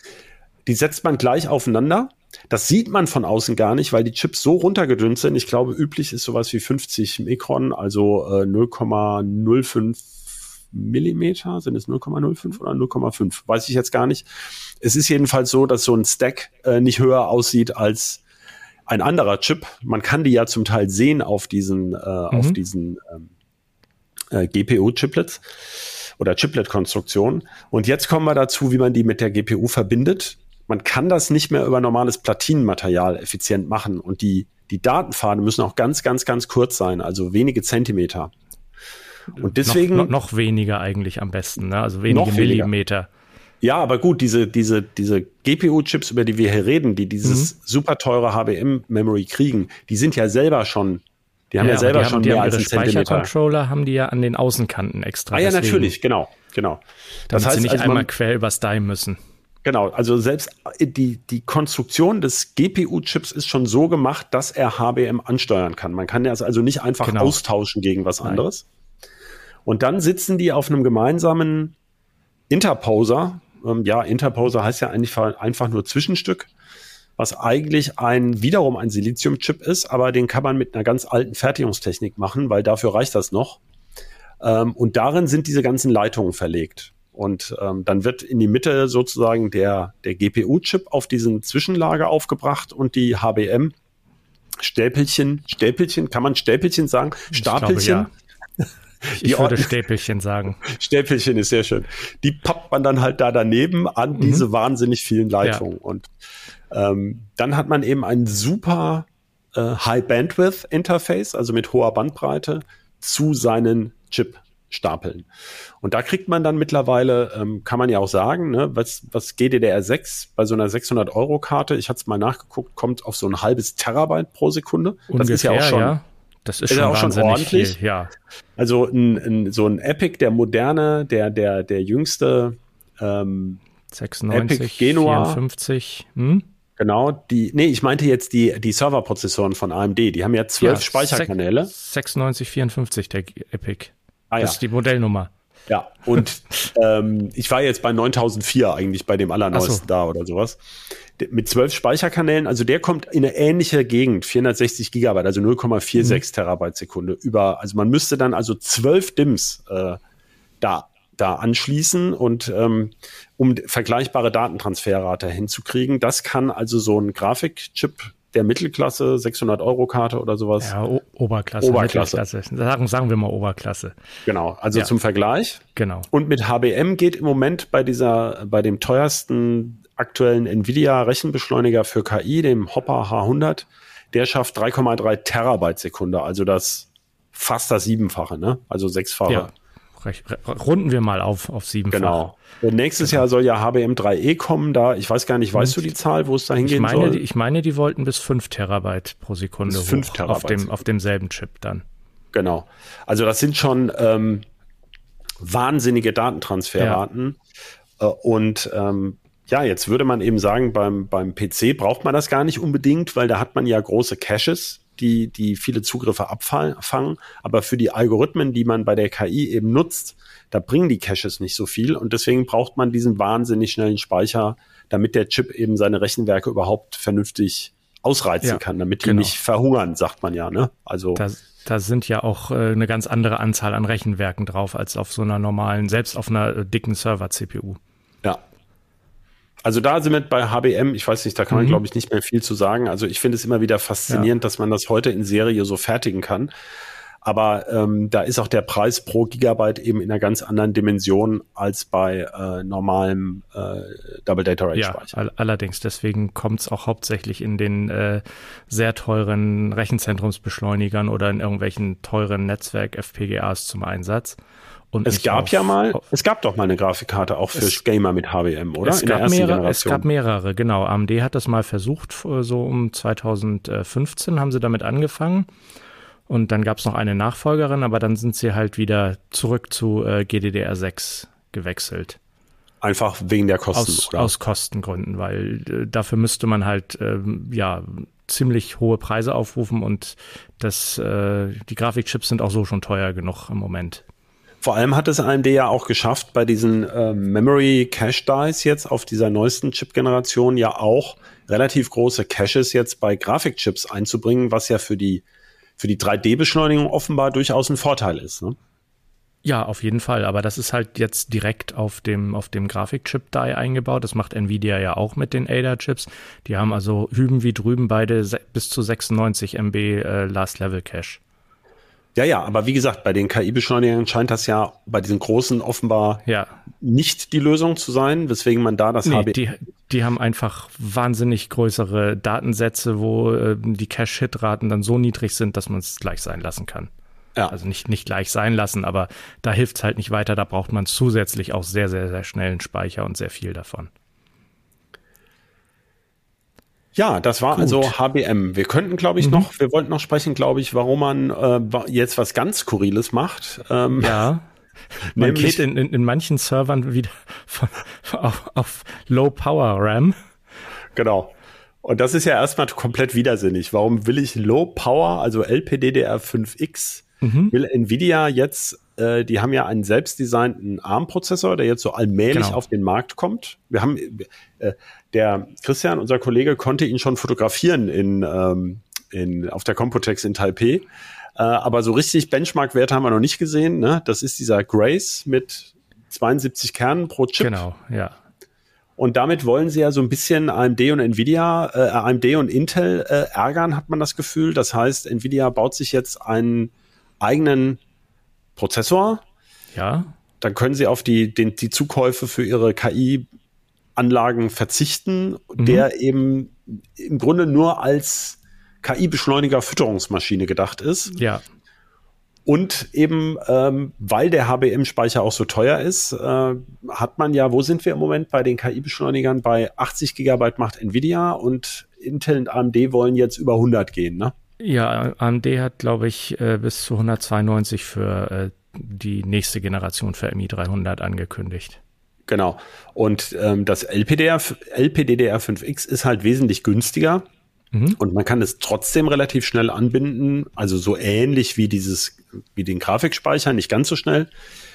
Die setzt man gleich aufeinander. Das sieht man von außen gar nicht, weil die Chips so runtergedünnt sind. Ich glaube, üblich ist sowas wie fünfzig Mikron, also äh, null Komma null fünf Millimeter. Sind es null Komma null fünf oder null Komma fünf? Weiß ich jetzt gar nicht. Es ist jedenfalls so, dass so ein Stack äh, nicht höher aussieht als ein anderer Chip. Man kann die ja zum Teil sehen auf diesen, äh, mhm. auf diesen ähm, äh, G P U-Chiplets oder Chiplet-Konstruktionen. Und jetzt kommen wir dazu, wie man die mit der G P U verbindet. Man kann das nicht mehr über normales Platinenmaterial effizient machen und die, die Datenpfade müssen auch ganz, ganz, ganz kurz sein, also wenige Zentimeter. Und deswegen
noch, noch, noch weniger eigentlich am besten, ne? Also wenige Millimeter.
Ja, aber gut, diese, diese, diese G P U-Chips, über die wir hier reden, die dieses mhm. super teure H B M-Memory kriegen, die sind ja selber schon, die haben ja, ja selber
die
schon
haben, die
mehr
haben
als einen Zentimeter.
Speichercontroller haben die ja an den Außenkanten extra.
Ah ja,
deswegen,
natürlich, genau, genau.
Das
das
heißt,
heißt,
sie nicht
also
einmal
man,
quer übers D I müssen.
Genau, also selbst die, die Konstruktion des G P U-Chips ist schon so gemacht, dass er H B M ansteuern kann. Man kann das also nicht einfach genau. austauschen gegen was Nein. anderes. Und dann sitzen die auf einem gemeinsamen Interposer. Ähm, ja, Interposer heißt ja eigentlich einfach nur Zwischenstück, was eigentlich ein wiederum ein Silizium-Chip ist, aber den kann man mit einer ganz alten Fertigungstechnik machen, weil dafür reicht das noch. Ähm, und darin sind diese ganzen Leitungen verlegt. Und ähm, dann wird in die Mitte sozusagen der, der G P U-Chip auf diesen Zwischenlager aufgebracht und die H B M-Stäpelchen, Stäpelchen, kann man Stäpelchen sagen? Stapelchen?
Ich, glaube, ja. ich, ich würde Stäpelchen sagen.
Stäpelchen ist sehr schön. Die pappt man dann halt da daneben an mhm. diese wahnsinnig vielen Leitungen. Ja. Und ähm, dann hat man eben ein super äh, High-Bandwidth-Interface, also mit hoher Bandbreite, zu seinen Chip stapeln. Und da kriegt man dann mittlerweile, ähm, kann man ja auch sagen, ne, was, was G D D R sechs bei so einer sechshundert Euro Karte, ich hatte es mal nachgeguckt, kommt auf so ein halbes Terabyte pro Sekunde.
Ungefähr,
das ist ja auch schon,
ja. Das ist,
ist
schon
auch schon
wahnsinnig
ordentlich.
Viel, ja.
Also ein, ein, so ein Epic, der moderne, der, der, der jüngste ähm,
sechsundneunzig,
Epic Genua.
vierundfünfzig. Hm?
Genau, die, nee, ich meinte jetzt die, die Serverprozessoren von A M D, die haben ja zwölf
Ja,
Speicherkanäle.
sechsundneunzig vierundfünfzig, der Epic.
Ah,
das
ja.
ist die Modellnummer.
Ja, und ähm, ich war jetzt bei neuntausendvier eigentlich bei dem allerneuesten
Ach so.
da oder sowas. De- Mit zwölf Speicherkanälen, also der kommt in eine ähnliche Gegend, vierhundertsechzig Gigabyte, also null Komma sechsundvierzig
Mhm.
Terabyte Sekunde über, also man müsste dann also zwölf D I Ms äh, da, da anschließen und ähm, um vergleichbare Datentransferrate hinzukriegen. Das kann also so ein Grafikchip der Mittelklasse, sechshundert Euro Karte oder sowas.
Ja, o Oberklasse.
Oberklasse.
Mittelklasse. Sagen, sagen wir mal Oberklasse.
Genau, also
Ja.
zum Vergleich.
Genau.
Und mit H B M geht im Moment bei dieser, bei dem teuersten aktuellen Nvidia Rechenbeschleuniger für K I, dem Hopper H hundert, der schafft drei Komma drei Terabyte Sekunde, also das fast das Siebenfache, ne? Also Sechsfache.
Ja. Rech- Runden wir mal auf, auf siebenfach.
Genau. Und nächstes Jahr soll ja H B M drei E kommen, da, ich weiß gar nicht, weißt du die Zahl, wo es da
Ich
hingehen
meine,
soll?
die, ich meine, die wollten bis fünf Terabyte pro Sekunde
Bis fünf
hoch
Terabyte
auf, dem,
Sekunde.
auf demselben Chip dann.
Genau. Also das sind schon ähm, wahnsinnige Datentransferraten. Äh, und ähm, ja, jetzt würde man eben sagen, beim, beim P C braucht man das gar nicht unbedingt, weil da hat man ja große Caches, die, die viele Zugriffe abfangen. Aber für die Algorithmen, die man bei der K I eben nutzt, da bringen die Caches nicht so viel. Und deswegen braucht man diesen wahnsinnig schnellen Speicher, damit der Chip eben seine Rechenwerke überhaupt vernünftig ausreizen
Ja,
kann, damit die
genau.
nicht verhungern, sagt man ja, ne? Also
Da, da sind ja auch äh, eine ganz andere Anzahl an Rechenwerken drauf als auf so einer normalen, selbst auf einer äh, dicken Server-C P U.
ja. Also da sind wir bei H B M, ich weiß nicht, da kann man,
Mhm.
glaube ich, nicht mehr viel zu sagen. Also ich finde es immer wieder faszinierend, dass man das heute in Serie so fertigen kann. Aber ähm, da ist auch der Preis pro Gigabyte eben in einer ganz anderen Dimension als bei äh, normalem äh, Double Data Rate
Ja,
Speicher.
all, allerdings. Deswegen kommt es auch hauptsächlich in den äh, sehr teuren Rechenzentrumsbeschleunigern oder in irgendwelchen teuren Netzwerk-F P G As zum Einsatz. Und
Es
nicht
gab
auf,
ja mal,
auf,
es gab doch mal eine Grafikkarte auch für
Es-
Gamer mit H B M, oder?
Es
in der
gab,
ersten
mehrere, es
Generation.
gab mehrere, genau. A M D hat das mal versucht, f- so um zweitausendfünfzehn haben sie damit angefangen. Und dann gab es noch eine Nachfolgerin, aber dann sind sie halt wieder zurück zu äh, G D D R sechs gewechselt.
Einfach wegen der Kosten,
Aus,
oder?
aus Kostengründen, weil äh, dafür müsste man halt ähm, ja ziemlich hohe Preise aufrufen und das, äh, die Grafikchips sind auch so schon teuer genug im Moment.
Vor allem hat es A M D ja auch geschafft, bei diesen ähm, Memory Cache Dies jetzt auf dieser neuesten Chip-Generation ja auch relativ große Caches jetzt bei Grafikchips einzubringen, was ja für die für die drei D-Beschleunigung offenbar durchaus ein Vorteil ist. Ne?
Ja, auf jeden Fall. Aber das ist halt jetzt direkt auf dem, auf dem Grafikchip-Die eingebaut. Das macht Nvidia ja auch mit den A D A-Chips. Die haben also hüben wie drüben beide se- bis zu sechsundneunzig Megabyte äh, Last-Level-Cache.
Ja, ja, aber wie gesagt, bei den K I-Beschleunigern scheint das ja bei diesen großen offenbar
Ja,
nicht die Lösung zu sein, weswegen man da das H
nee,
B...
die, die haben einfach wahnsinnig größere Datensätze, wo äh, die Cache-Hit-Raten dann so niedrig sind, dass man es gleich sein lassen kann.
Ja.
Also nicht, nicht gleich sein lassen, aber da hilft es halt nicht weiter. Da braucht man zusätzlich auch sehr, sehr, sehr schnellen Speicher und sehr viel davon.
Ja, das war
Gut.
also H B M. Wir könnten, glaube ich,
Mhm.
noch, wir wollten noch sprechen, glaube ich, warum man äh, wa- jetzt was ganz Skurriles macht. Ähm,
Ja. Man
Nämlich-
geht in, in, in manchen Servern wieder von, auf, auf Low-Power-RAM.
Genau. Und das ist ja erstmal komplett widersinnig. Warum will ich Low Power, also L P D D R fünf X,
Mhm.
will Nvidia jetzt, äh, die haben ja einen selbstdesignten ARM-Prozessor, der jetzt so allmählich
Genau.
auf den Markt kommt. Wir haben, äh, der Christian, unser Kollege, konnte ihn schon fotografieren in, ähm, in, auf der Computex in Taipei. Äh, aber so richtig Benchmark-Werte haben wir noch nicht gesehen. Ne? Das ist dieser Grace mit zweiundsiebzig Kernen pro Chip.
Genau, ja.
Und damit wollen sie ja so ein bisschen A M D und Nvidia, äh, A M D und Intel äh, ärgern, hat man das Gefühl. Das heißt, Nvidia baut sich jetzt einen eigenen Prozessor.
Ja,
Dann können sie auf die, den, die Zukäufe für ihre K I-Anlagen verzichten,
Mhm.
der eben im Grunde nur als K I-Beschleuniger-Fütterungsmaschine gedacht ist.
ja.
Und eben, ähm, weil der H B M-Speicher auch so teuer ist, äh, hat man ja, wo sind wir im Moment bei den K I-Beschleunigern? Bei achtzig Gigabyte macht Nvidia und Intel und A M D wollen jetzt über hundert gehen, ne?
Ja, A M D hat, glaube ich, äh, bis zu hundertzweiundneunzig für äh, die nächste Generation für M I dreihundert angekündigt.
Genau. Und ähm, das L P D D D R fünf X ist halt wesentlich günstiger. Mhm. Und man kann es trotzdem relativ schnell anbinden. Also so ähnlich wie dieses, wie den Grafikspeicher, nicht ganz so schnell.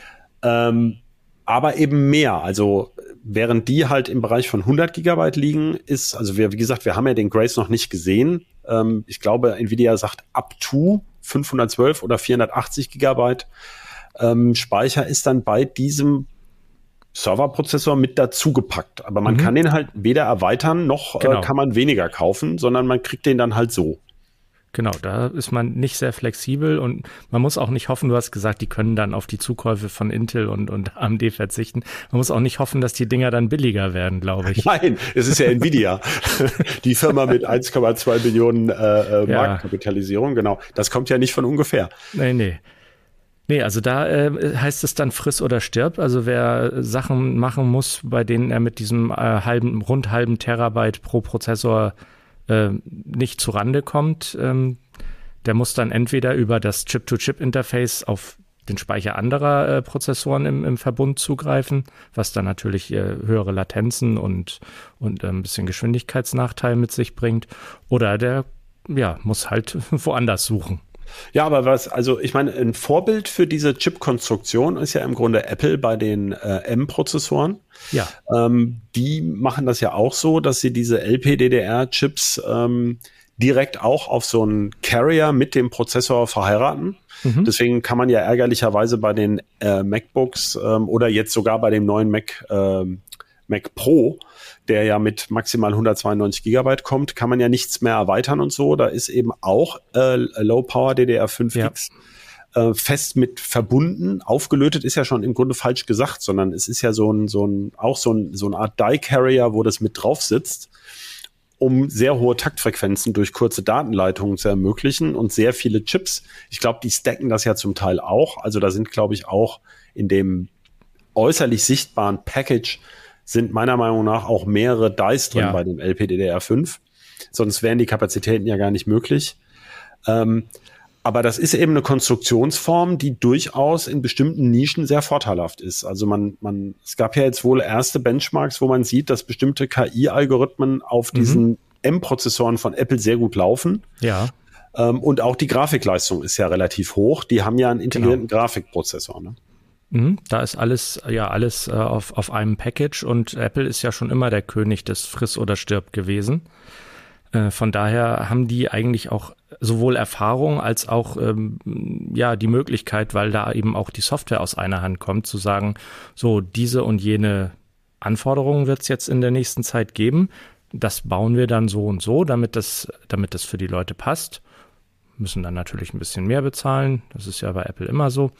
Ähm, aber eben mehr. Also während die halt im Bereich von hundert Gigabyte liegen, ist, also wir, wie gesagt, wir haben ja den Grace noch nicht gesehen. Ähm, ich glaube, Nvidia sagt up to fünfhundertzwölf oder vierhundertachtzig Gigabyte ähm, Speicher ist dann bei diesem Serverprozessor mit dazugepackt. Aber man mhm. kann den halt weder erweitern, noch genau. äh, kann man weniger kaufen, sondern man kriegt den dann halt so.
Genau, da ist man nicht sehr flexibel und man muss auch nicht hoffen, du hast gesagt, die können dann auf die Zukäufe von Intel und, und A M D verzichten. Man muss auch nicht hoffen, dass die Dinger dann billiger werden, glaube ich.
Nein, es ist ja Nvidia, die Firma mit eins Komma zwei Billionen äh, ja. Marktkapitalisierung, genau. Das kommt ja nicht von ungefähr.
Nee, nee. Nee, also da äh, heißt es dann friss oder stirb. Also wer Sachen machen muss, bei denen er mit diesem äh, halben, rund halben Terabyte pro Prozessor äh, nicht zurande kommt, ähm, der muss dann entweder über das Chip-to-Chip-Interface auf den Speicher anderer äh, Prozessoren im, im Verbund zugreifen, was dann natürlich äh, höhere Latenzen und, und äh, ein bisschen Geschwindigkeitsnachteil mit sich bringt. Oder der ja, muss halt woanders suchen.
Ja, aber was, also ich meine, ein Vorbild für diese Chip-Konstruktion ist ja im Grunde Apple bei den äh, M-Prozessoren.
Ja.
Ähm, die machen das ja auch so, dass sie diese L P D D R-Chips ähm, direkt auch auf so einen Carrier mit dem Prozessor verheiraten. Mhm. Deswegen kann man ja ärgerlicherweise bei den äh, MacBooks ähm, oder jetzt sogar bei dem neuen Mac, äh, Mac Pro, der ja mit maximal hundertzweiundneunzig Gigabyte kommt, kann man ja nichts mehr erweitern und so. Da ist eben auch äh, Low-Power D D R fünf X ja. äh, fest mit verbunden. Aufgelötet ist ja schon im Grunde falsch gesagt, sondern es ist ja so ein, so ein auch so, ein, so eine Art Die-Carrier, wo das mit drauf sitzt, um sehr hohe Taktfrequenzen durch kurze Datenleitungen zu ermöglichen und sehr viele Chips. Ich glaube, die stacken das ja zum Teil auch. Also da sind, glaube ich, auch in dem äußerlich sichtbaren Package sind meiner Meinung nach auch mehrere Dice drin ja. bei dem L P D D R fünf. Sonst wären die Kapazitäten ja gar nicht möglich. Ähm, aber das ist eben eine Konstruktionsform, die durchaus in bestimmten Nischen sehr vorteilhaft ist. Also man, man, es gab ja jetzt wohl erste Benchmarks, wo man sieht, dass bestimmte K I-Algorithmen auf mhm. diesen M-Prozessoren von Apple sehr gut laufen.
Ja.
Ähm, und auch die Grafikleistung ist ja relativ hoch. Die haben ja einen integrierten genau. Grafikprozessor, ne?
Da ist alles, ja, alles äh, auf, auf einem Package und Apple ist ja schon immer der König des Friss oder Stirb gewesen. Äh, von daher haben die eigentlich auch sowohl Erfahrung als auch ähm, ja die Möglichkeit, weil da eben auch die Software aus einer Hand kommt, zu sagen, so diese und jene Anforderungen wird es jetzt in der nächsten Zeit geben. Das bauen wir dann so und so, damit das, damit das für die Leute passt. Müssen dann natürlich ein bisschen mehr bezahlen. Das ist ja bei Apple immer so.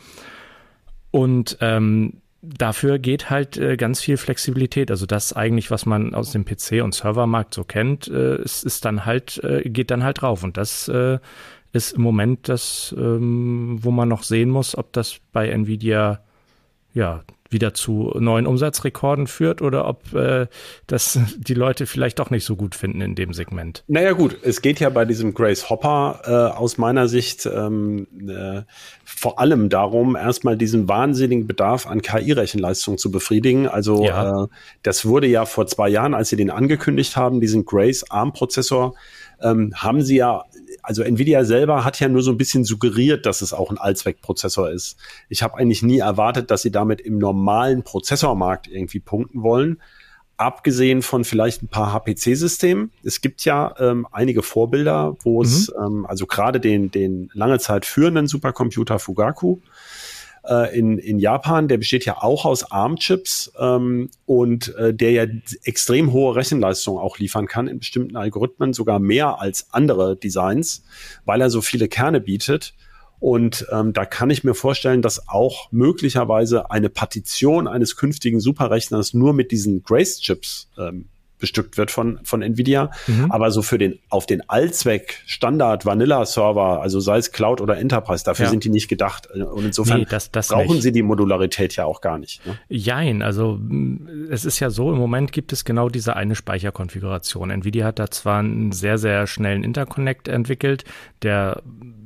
Und ähm, dafür geht halt äh, ganz viel Flexibilität. Also das eigentlich, was man aus dem P C- und Servermarkt so kennt, äh, ist, ist dann halt, äh, geht dann halt drauf. Und das äh, ist im Moment das, ähm, wo man noch sehen muss, ob das bei Nvidia ja wieder zu neuen Umsatzrekorden führt oder ob äh, das die Leute vielleicht doch nicht so gut finden in dem Segment.
Naja gut, es geht ja bei diesem Grace Hopper äh, aus meiner Sicht ähm, äh, vor allem darum, erstmal diesen wahnsinnigen Bedarf an K I-Rechenleistung zu befriedigen. Also ja. äh, das wurde ja vor zwei Jahren, als sie den angekündigt haben, diesen Grace ARM-Prozessor, ähm, haben sie ja, also Nvidia selber hat ja nur so ein bisschen suggeriert, dass es auch ein Allzweckprozessor ist. Ich habe eigentlich nie erwartet, dass sie damit im normalen Prozessormarkt irgendwie punkten wollen. Abgesehen von vielleicht ein paar H P C-Systemen. Es gibt ja ähm, einige Vorbilder, wo es, mhm. ähm, also gerade den, den lange Zeit führenden Supercomputer Fugaku äh, in, in Japan, der besteht ja auch aus ARM-Chips ähm, und äh, der ja extrem hohe Rechenleistung auch liefern kann in bestimmten Algorithmen, sogar mehr als andere Designs, weil er so viele Kerne bietet. Und ähm, da kann ich mir vorstellen, dass auch möglicherweise eine Partition eines künftigen Superrechners nur mit diesen Grace-Chips ähm, bestückt wird von, von Nvidia.
Mhm.
Aber so für den, auf den Allzweck Standard Vanilla Server, also sei es Cloud oder Enterprise, dafür
Ja.
sind die nicht gedacht. Und insofern
Nee, das, das
brauchen
nicht.
sie die Modularität ja auch gar nicht. Ne?
Jein, also m, es ist ja so, im Moment gibt es genau diese eine Speicherkonfiguration. Nvidia hat da zwar einen sehr, sehr schnellen Interconnect entwickelt, der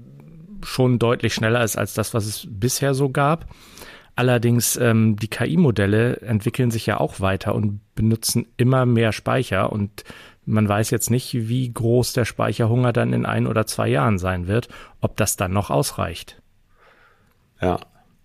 schon deutlich schneller ist als das, was es bisher so gab. Allerdings ähm, die K I-Modelle entwickeln sich ja auch weiter und benutzen immer mehr Speicher und man weiß jetzt nicht, wie groß der Speicherhunger dann in ein oder zwei Jahren sein wird, ob das dann noch ausreicht.
Ja.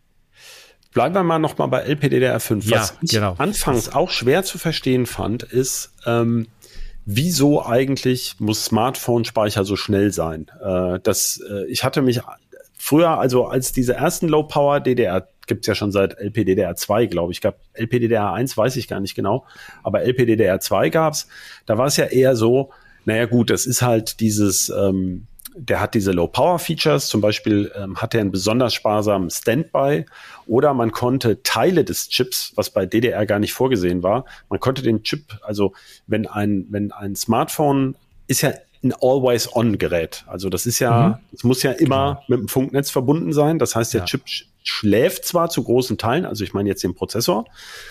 Bleiben wir mal noch mal bei L P D D R fünf.
Ja,
Was ich
genau.
anfangs auch schwer zu verstehen fand, ist, ähm, wieso eigentlich muss Smartphone-Speicher so schnell sein? Äh, das, äh, ich hatte mich früher, also als diese ersten Low-Power-D D R, gibt's ja schon seit L P D D R zwei, glaube ich. Gab L P D D R eins, weiß ich gar nicht genau, aber L P D D R zwei gab's. Da war es ja eher so, naja gut, das ist halt dieses, ähm, der hat diese Low-Power-Features, zum Beispiel ähm, hat er einen besonders sparsamen Standby oder man konnte Teile des Chips, was bei D D R gar nicht vorgesehen war, man konnte den Chip, also wenn ein, wenn ein Smartphone ist ja ein Always-On-Gerät, also das ist ja, es muss ja immer mit dem Funknetz verbunden sein, das heißt, der
Ja.
Chip sch- schläft zwar zu großen Teilen, also ich meine jetzt den Prozessor,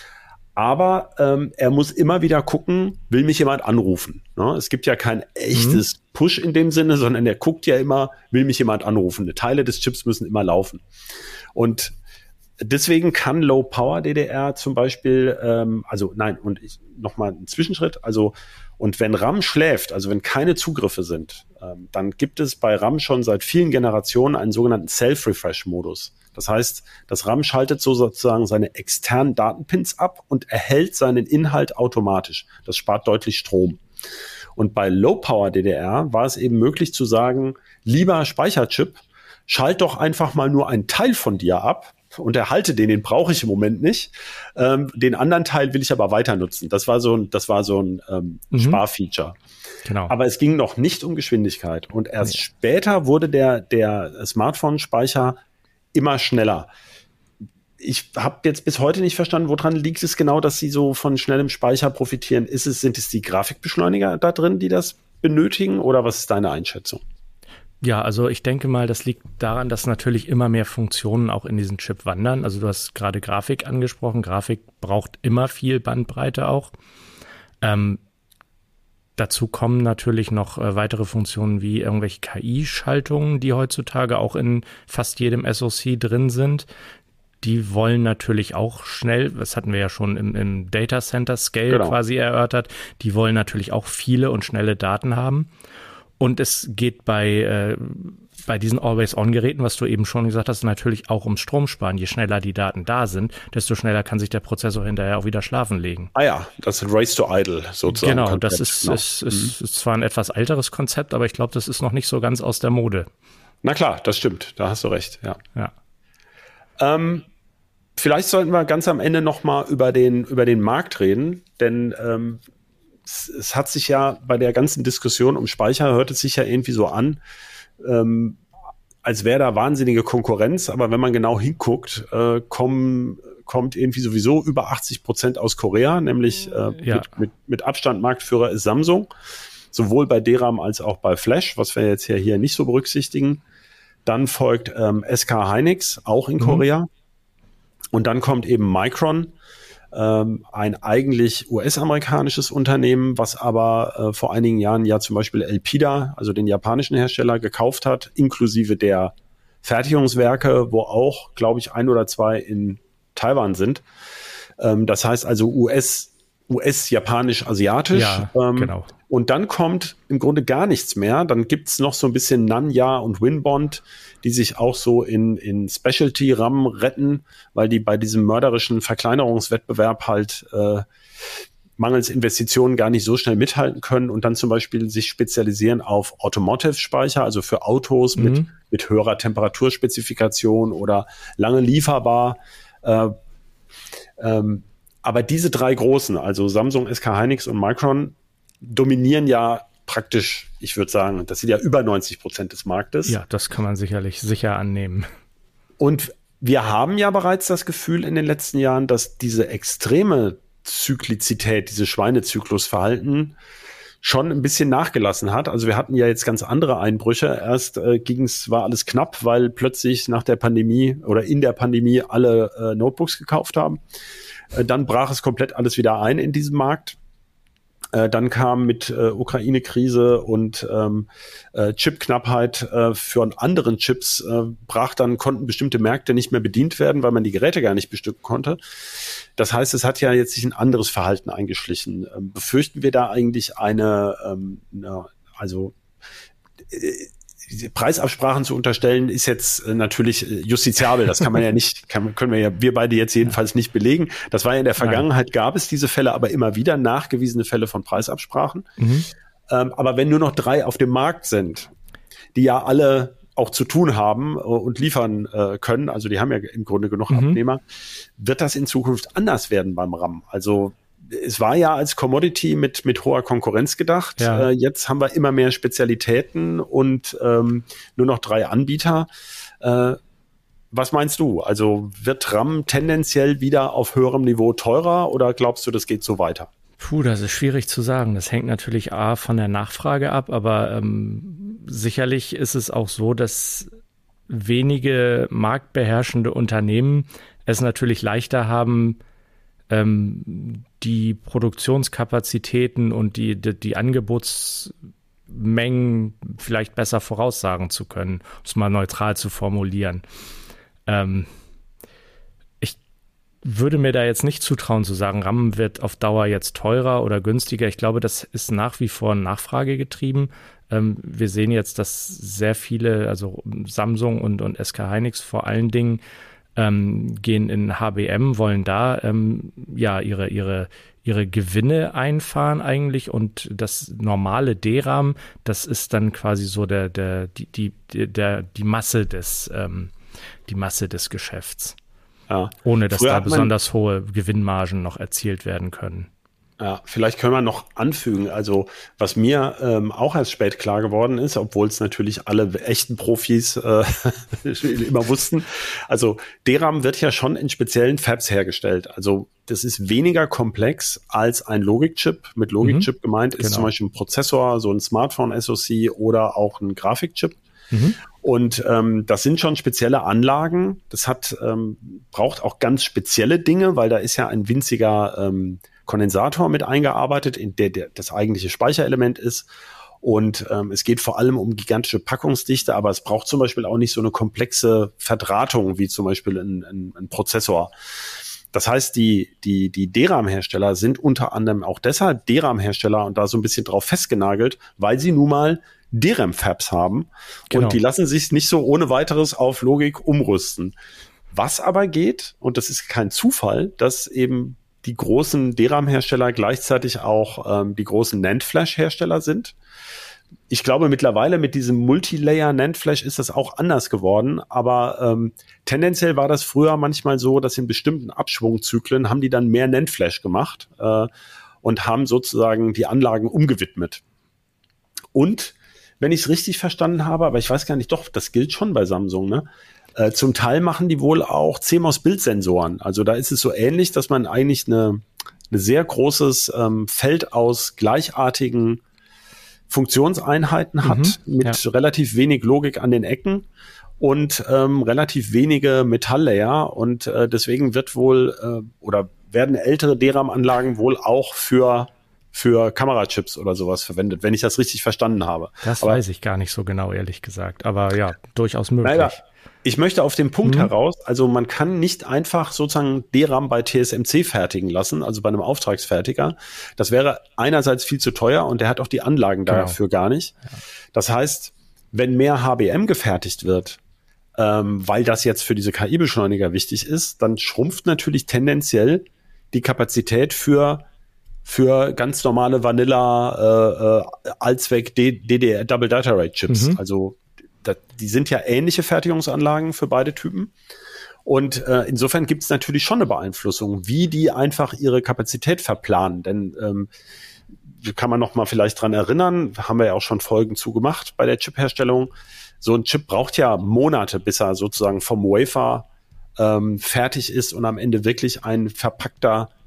aber ähm, er muss immer wieder gucken, will mich jemand anrufen. Ne? Es gibt ja kein echtes mhm. Push in dem Sinne, sondern er guckt ja immer, will mich jemand anrufen. Die Teile des Chips müssen immer laufen. Und deswegen kann Low-Power-D D R zum Beispiel, ähm, also nein, und ich nochmal einen Zwischenschritt, also und wenn RAM schläft, also wenn keine Zugriffe sind, ähm, dann gibt es bei RAM schon seit vielen Generationen einen sogenannten Self-Refresh-Modus. Das heißt, das RAM schaltet so sozusagen seine externen Datenpins ab und erhält seinen Inhalt automatisch. Das spart deutlich Strom. Und bei Low-Power-D D R war es eben möglich zu sagen, lieber Speicherchip, schalt doch einfach mal nur einen Teil von dir ab und erhalte den, den brauche ich im Moment nicht. Ähm, den anderen Teil will ich aber weiter nutzen. Das war so ein, das war so ein ähm, mhm. Sparfeature.
Genau.
Aber es ging noch nicht um Geschwindigkeit. Und erst nee. später wurde der, der Smartphone-Speicher immer schneller. Ich habe jetzt bis heute nicht verstanden, woran liegt es genau, dass sie so von schnellem Speicher profitieren? Ist es, sind es die Grafikbeschleuniger da drin, die das benötigen, oder was ist deine Einschätzung?
Ja, also ich denke mal, das liegt daran, dass natürlich immer mehr Funktionen auch in diesen Chip wandern. Also du hast gerade Grafik angesprochen. Grafik braucht immer viel Bandbreite auch. Ähm, dazu kommen natürlich noch äh, weitere Funktionen wie irgendwelche K I-Schaltungen, die heutzutage auch in fast jedem S O C drin sind. Die wollen natürlich auch schnell, das hatten wir ja schon im, im Data Center Scale genau. quasi erörtert, die wollen natürlich auch viele und schnelle Daten haben. Und es geht bei, äh, bei diesen Always-On-Geräten, was du eben schon gesagt hast, natürlich auch ums Stromsparen. Je schneller die Daten da sind, desto schneller kann sich der Prozessor hinterher auch wieder schlafen legen.
Ah ja, das ist Race to Idle sozusagen.
Genau,
Konzept.
das ist,
genau.
ist, ist, ist zwar ein etwas älteres Konzept, aber ich glaube, das ist noch nicht so ganz aus der Mode.
Na klar, das stimmt, da hast du recht, ja.
Ja.
Ähm, vielleicht sollten wir ganz am Ende noch mal über den, über den Markt reden, denn ähm, es hat sich ja bei der ganzen Diskussion um Speicher, hört es sich ja irgendwie so an, ähm, als wäre da wahnsinnige Konkurrenz. Aber wenn man genau hinguckt, äh, kommen, kommt irgendwie sowieso über achtzig Prozent aus Korea, nämlich äh,
ja.
mit, mit, mit Abstand Marktführer ist Samsung, sowohl bei D RAM als auch bei Flash, was wir jetzt ja hier nicht so berücksichtigen. Dann folgt ähm, S K Hynix, auch in mhm. Korea. Und dann kommt eben Micron, Ähm, ein eigentlich U S-amerikanisches Unternehmen, was aber äh, vor einigen Jahren ja zum Beispiel Elpida, also den japanischen Hersteller, gekauft hat, inklusive der Fertigungswerke, wo auch, glaube ich, ein oder zwei in Taiwan sind. Ähm, das heißt also U S, U S, japanisch, asiatisch.
Ja,
ähm,
genau.
Und dann kommt im Grunde gar nichts mehr. Dann gibt's noch so ein bisschen Nanya und Winbond, die sich auch so in, in Specialty-RAM retten, weil die bei diesem mörderischen Verkleinerungswettbewerb halt äh, mangels Investitionen gar nicht so schnell mithalten können und dann zum Beispiel sich spezialisieren auf Automotive-Speicher, also für Autos mhm. mit, mit höherer Temperaturspezifikation oder lange lieferbar. Äh, ähm, aber diese drei großen, also Samsung, S K Hynix und Micron, dominieren ja praktisch, ich würde sagen, das sind ja über neunzig Prozent des Marktes.
Ja, das kann man sicherlich sicher annehmen.
Und wir haben ja bereits das Gefühl in den letzten Jahren, dass diese extreme Zyklizität, dieses Schweinezyklusverhalten schon ein bisschen nachgelassen hat. Also wir hatten ja jetzt ganz andere Einbrüche. Erst äh, ging's, war alles knapp, weil plötzlich nach der Pandemie oder in der Pandemie alle äh, Notebooks gekauft haben. Äh, dann brach es komplett alles wieder ein in diesem Markt. Äh, dann kam mit äh, Ukraine-Krise und ähm, äh, Chipknappheit äh, für anderen Chips äh, brach dann, konnten bestimmte Märkte nicht mehr bedient werden, weil man die Geräte gar nicht bestücken konnte. Das heißt, es hat ja jetzt sich ein anderes Verhalten eingeschlichen. Ähm, befürchten wir da eigentlich eine, ähm, na, also äh, Preisabsprachen zu unterstellen, ist jetzt äh, natürlich justiziabel. Das kann man ja nicht, kann, können wir ja, wir beide jetzt jedenfalls nicht belegen. Das war ja in der Vergangenheit, gab es diese Fälle, aber immer wieder nachgewiesene Fälle von Preisabsprachen. Mhm. Ähm, aber wenn nur noch drei auf dem Markt sind, die ja alle auch zu tun haben äh, und liefern äh, können, also die haben ja im Grunde genug mhm. Abnehmer, wird das in Zukunft anders werden beim RAM. Also es war ja als Commodity mit mit hoher Konkurrenz gedacht. Ja. Äh, jetzt haben wir immer mehr Spezialitäten und ähm, nur noch drei Anbieter. Äh, was meinst du? Also wird RAM tendenziell wieder auf höherem Niveau teurer oder glaubst du, das geht so weiter?
Puh, das ist schwierig zu sagen. Das hängt natürlich A von der Nachfrage ab, aber ähm, sicherlich ist es auch so, dass wenige marktbeherrschende Unternehmen es natürlich leichter haben, die Produktionskapazitäten und die, die, die Angebotsmengen vielleicht besser voraussagen zu können, um es mal neutral zu formulieren. Ähm, ich würde mir da jetzt nicht zutrauen zu sagen, RAM wird auf Dauer jetzt teurer oder günstiger. Ich glaube, das ist nach wie vor Nachfrage getrieben. Ähm, wir sehen jetzt, dass sehr viele, also Samsung und, und S K Hynix vor allen Dingen, Ähm, gehen in H B M, wollen da ähm, ja ihre ihre ihre Gewinne einfahren eigentlich und das normale D RAM, das ist dann quasi so der der die die der die Masse des ähm, die Masse des Geschäfts, ja. Ohne dass Früher da besonders hohe Gewinnmargen noch erzielt werden können.
Ja, vielleicht können wir noch anfügen, also was mir ähm, auch erst spät klar geworden ist, obwohl es natürlich alle echten Profis äh, immer wussten, also D RAM wird ja schon in speziellen Fabs hergestellt, also das ist weniger komplex als ein Logikchip. Mit Logikchip mhm, gemeint ist genau. Zum Beispiel ein Prozessor, so ein Smartphone-S O C oder auch ein Grafikchip. Mhm. Und ähm, das sind schon spezielle Anlagen, das hat ähm, braucht auch ganz spezielle Dinge, weil da ist ja ein winziger ähm, Kondensator mit eingearbeitet, in der, der das eigentliche Speicherelement ist. Und ähm, es geht vor allem um gigantische Packungsdichte, aber es braucht zum Beispiel auch nicht so eine komplexe Verdrahtung wie zum Beispiel ein, ein, ein Prozessor. Das heißt, die, die, die D RAM-Hersteller sind unter anderem auch deshalb D RAM-Hersteller und da so ein bisschen drauf festgenagelt, weil sie nun mal D RAM-Fabs haben. Genau. Und die lassen sich nicht so ohne weiteres auf Logik umrüsten. Was aber geht, und das ist kein Zufall, dass eben die großen D RAM-Hersteller gleichzeitig auch ähm, die großen NAND-Flash-Hersteller sind. Ich glaube, mittlerweile mit diesem Multilayer-NAND-Flash ist das auch anders geworden, aber ähm, tendenziell war das früher manchmal so, dass in bestimmten Abschwungzyklen haben die dann mehr NAND-Flash gemacht äh, und haben sozusagen die Anlagen umgewidmet. Und wenn ich es richtig verstanden habe, aber ich weiß gar nicht, doch, das gilt schon bei Samsung, ne? Äh, zum Teil machen die wohl auch C M O S-Bildsensoren. Also da ist es so ähnlich, dass man eigentlich eine, eine sehr großes ähm, Feld aus gleichartigen Funktionseinheiten hat, mhm, mit ja. relativ wenig Logik an den Ecken und ähm, relativ wenige Metalllayer. Und äh, deswegen wird wohl äh, oder werden ältere D RAM-Anlagen wohl auch für für Kamerachips oder sowas verwendet, wenn ich das richtig verstanden habe.
Das Aber, weiß ich gar nicht so genau, ehrlich gesagt. Aber ja, durchaus möglich.
Leider. Ich möchte auf den Punkt mhm. heraus, also man kann nicht einfach sozusagen D RAM bei T S M C fertigen lassen, also bei einem Auftragsfertiger. Das wäre einerseits viel zu teuer und der hat auch die Anlagen genau. dafür gar nicht. Ja. Das heißt, wenn mehr H B M gefertigt wird, ähm, weil das jetzt für diese K I-Beschleuniger wichtig ist, dann schrumpft natürlich tendenziell die Kapazität für für ganz normale Vanilla äh, äh, Allzweck D D R Double Data Rate Chips. Mhm. Also da, die sind ja ähnliche Fertigungsanlagen für beide Typen. Und äh, insofern gibt es natürlich schon eine Beeinflussung, wie die einfach ihre Kapazität verplanen. Denn ähm, kann man noch mal vielleicht dran erinnern, haben wir ja auch schon Folgen zugemacht bei der Chipherstellung. So ein Chip braucht ja Monate, bis er sozusagen vom Wafer ähm, fertig ist und am Ende wirklich ein verpackter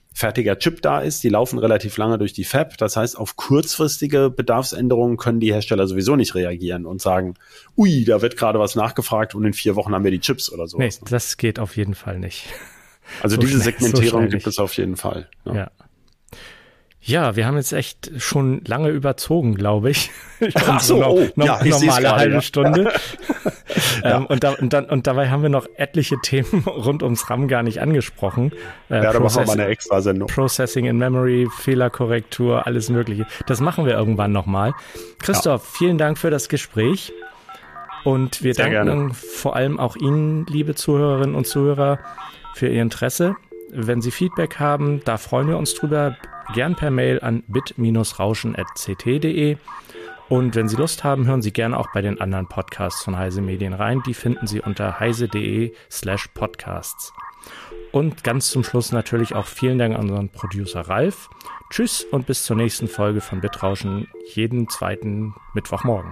fertiger Chip da ist. Die laufen relativ lange durch die Fab. Das heißt, auf kurzfristige Bedarfsänderungen können die Hersteller sowieso nicht reagieren und sagen, ui, da wird gerade was nachgefragt und in vier Wochen haben wir die Chips oder sowas.
Nee, das geht auf jeden Fall nicht.
Also
so
diese
schnell,
Segmentierung
so
gibt es auf jeden Fall.
Ja. ja. Ja, wir haben jetzt echt schon lange überzogen, glaube ich. ich
Ach so,
noch,
oh,
noch
ja, ich
normale
grade,
halbe
ja.
Stunde.
ja.
ähm, und, da, und, dann, und dabei haben wir noch etliche Themen rund ums RAM gar nicht angesprochen. Äh,
ja, da machen wir mal eine extra Sendung.
Processing in Memory, Fehlerkorrektur, alles Mögliche. Das machen wir irgendwann nochmal. Christoph, ja. vielen Dank für das Gespräch. Und wir
Sehr
danken
gerne.
vor allem auch Ihnen, liebe Zuhörerinnen und Zuhörer, für Ihr Interesse. Wenn Sie Feedback haben, da freuen wir uns drüber. Gern per Mail an bit-rauschen at c t punkt d e. Und wenn Sie Lust haben, hören Sie gerne auch bei den anderen Podcasts von Heise Medien rein. Die finden Sie unter heise.de slash podcasts. Und ganz zum Schluss natürlich auch vielen Dank an unseren Producer Ralf. Tschüss und bis zur nächsten Folge von Bitrauschen, jeden zweiten Mittwochmorgen.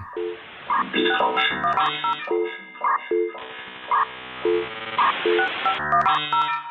Bitrauschen.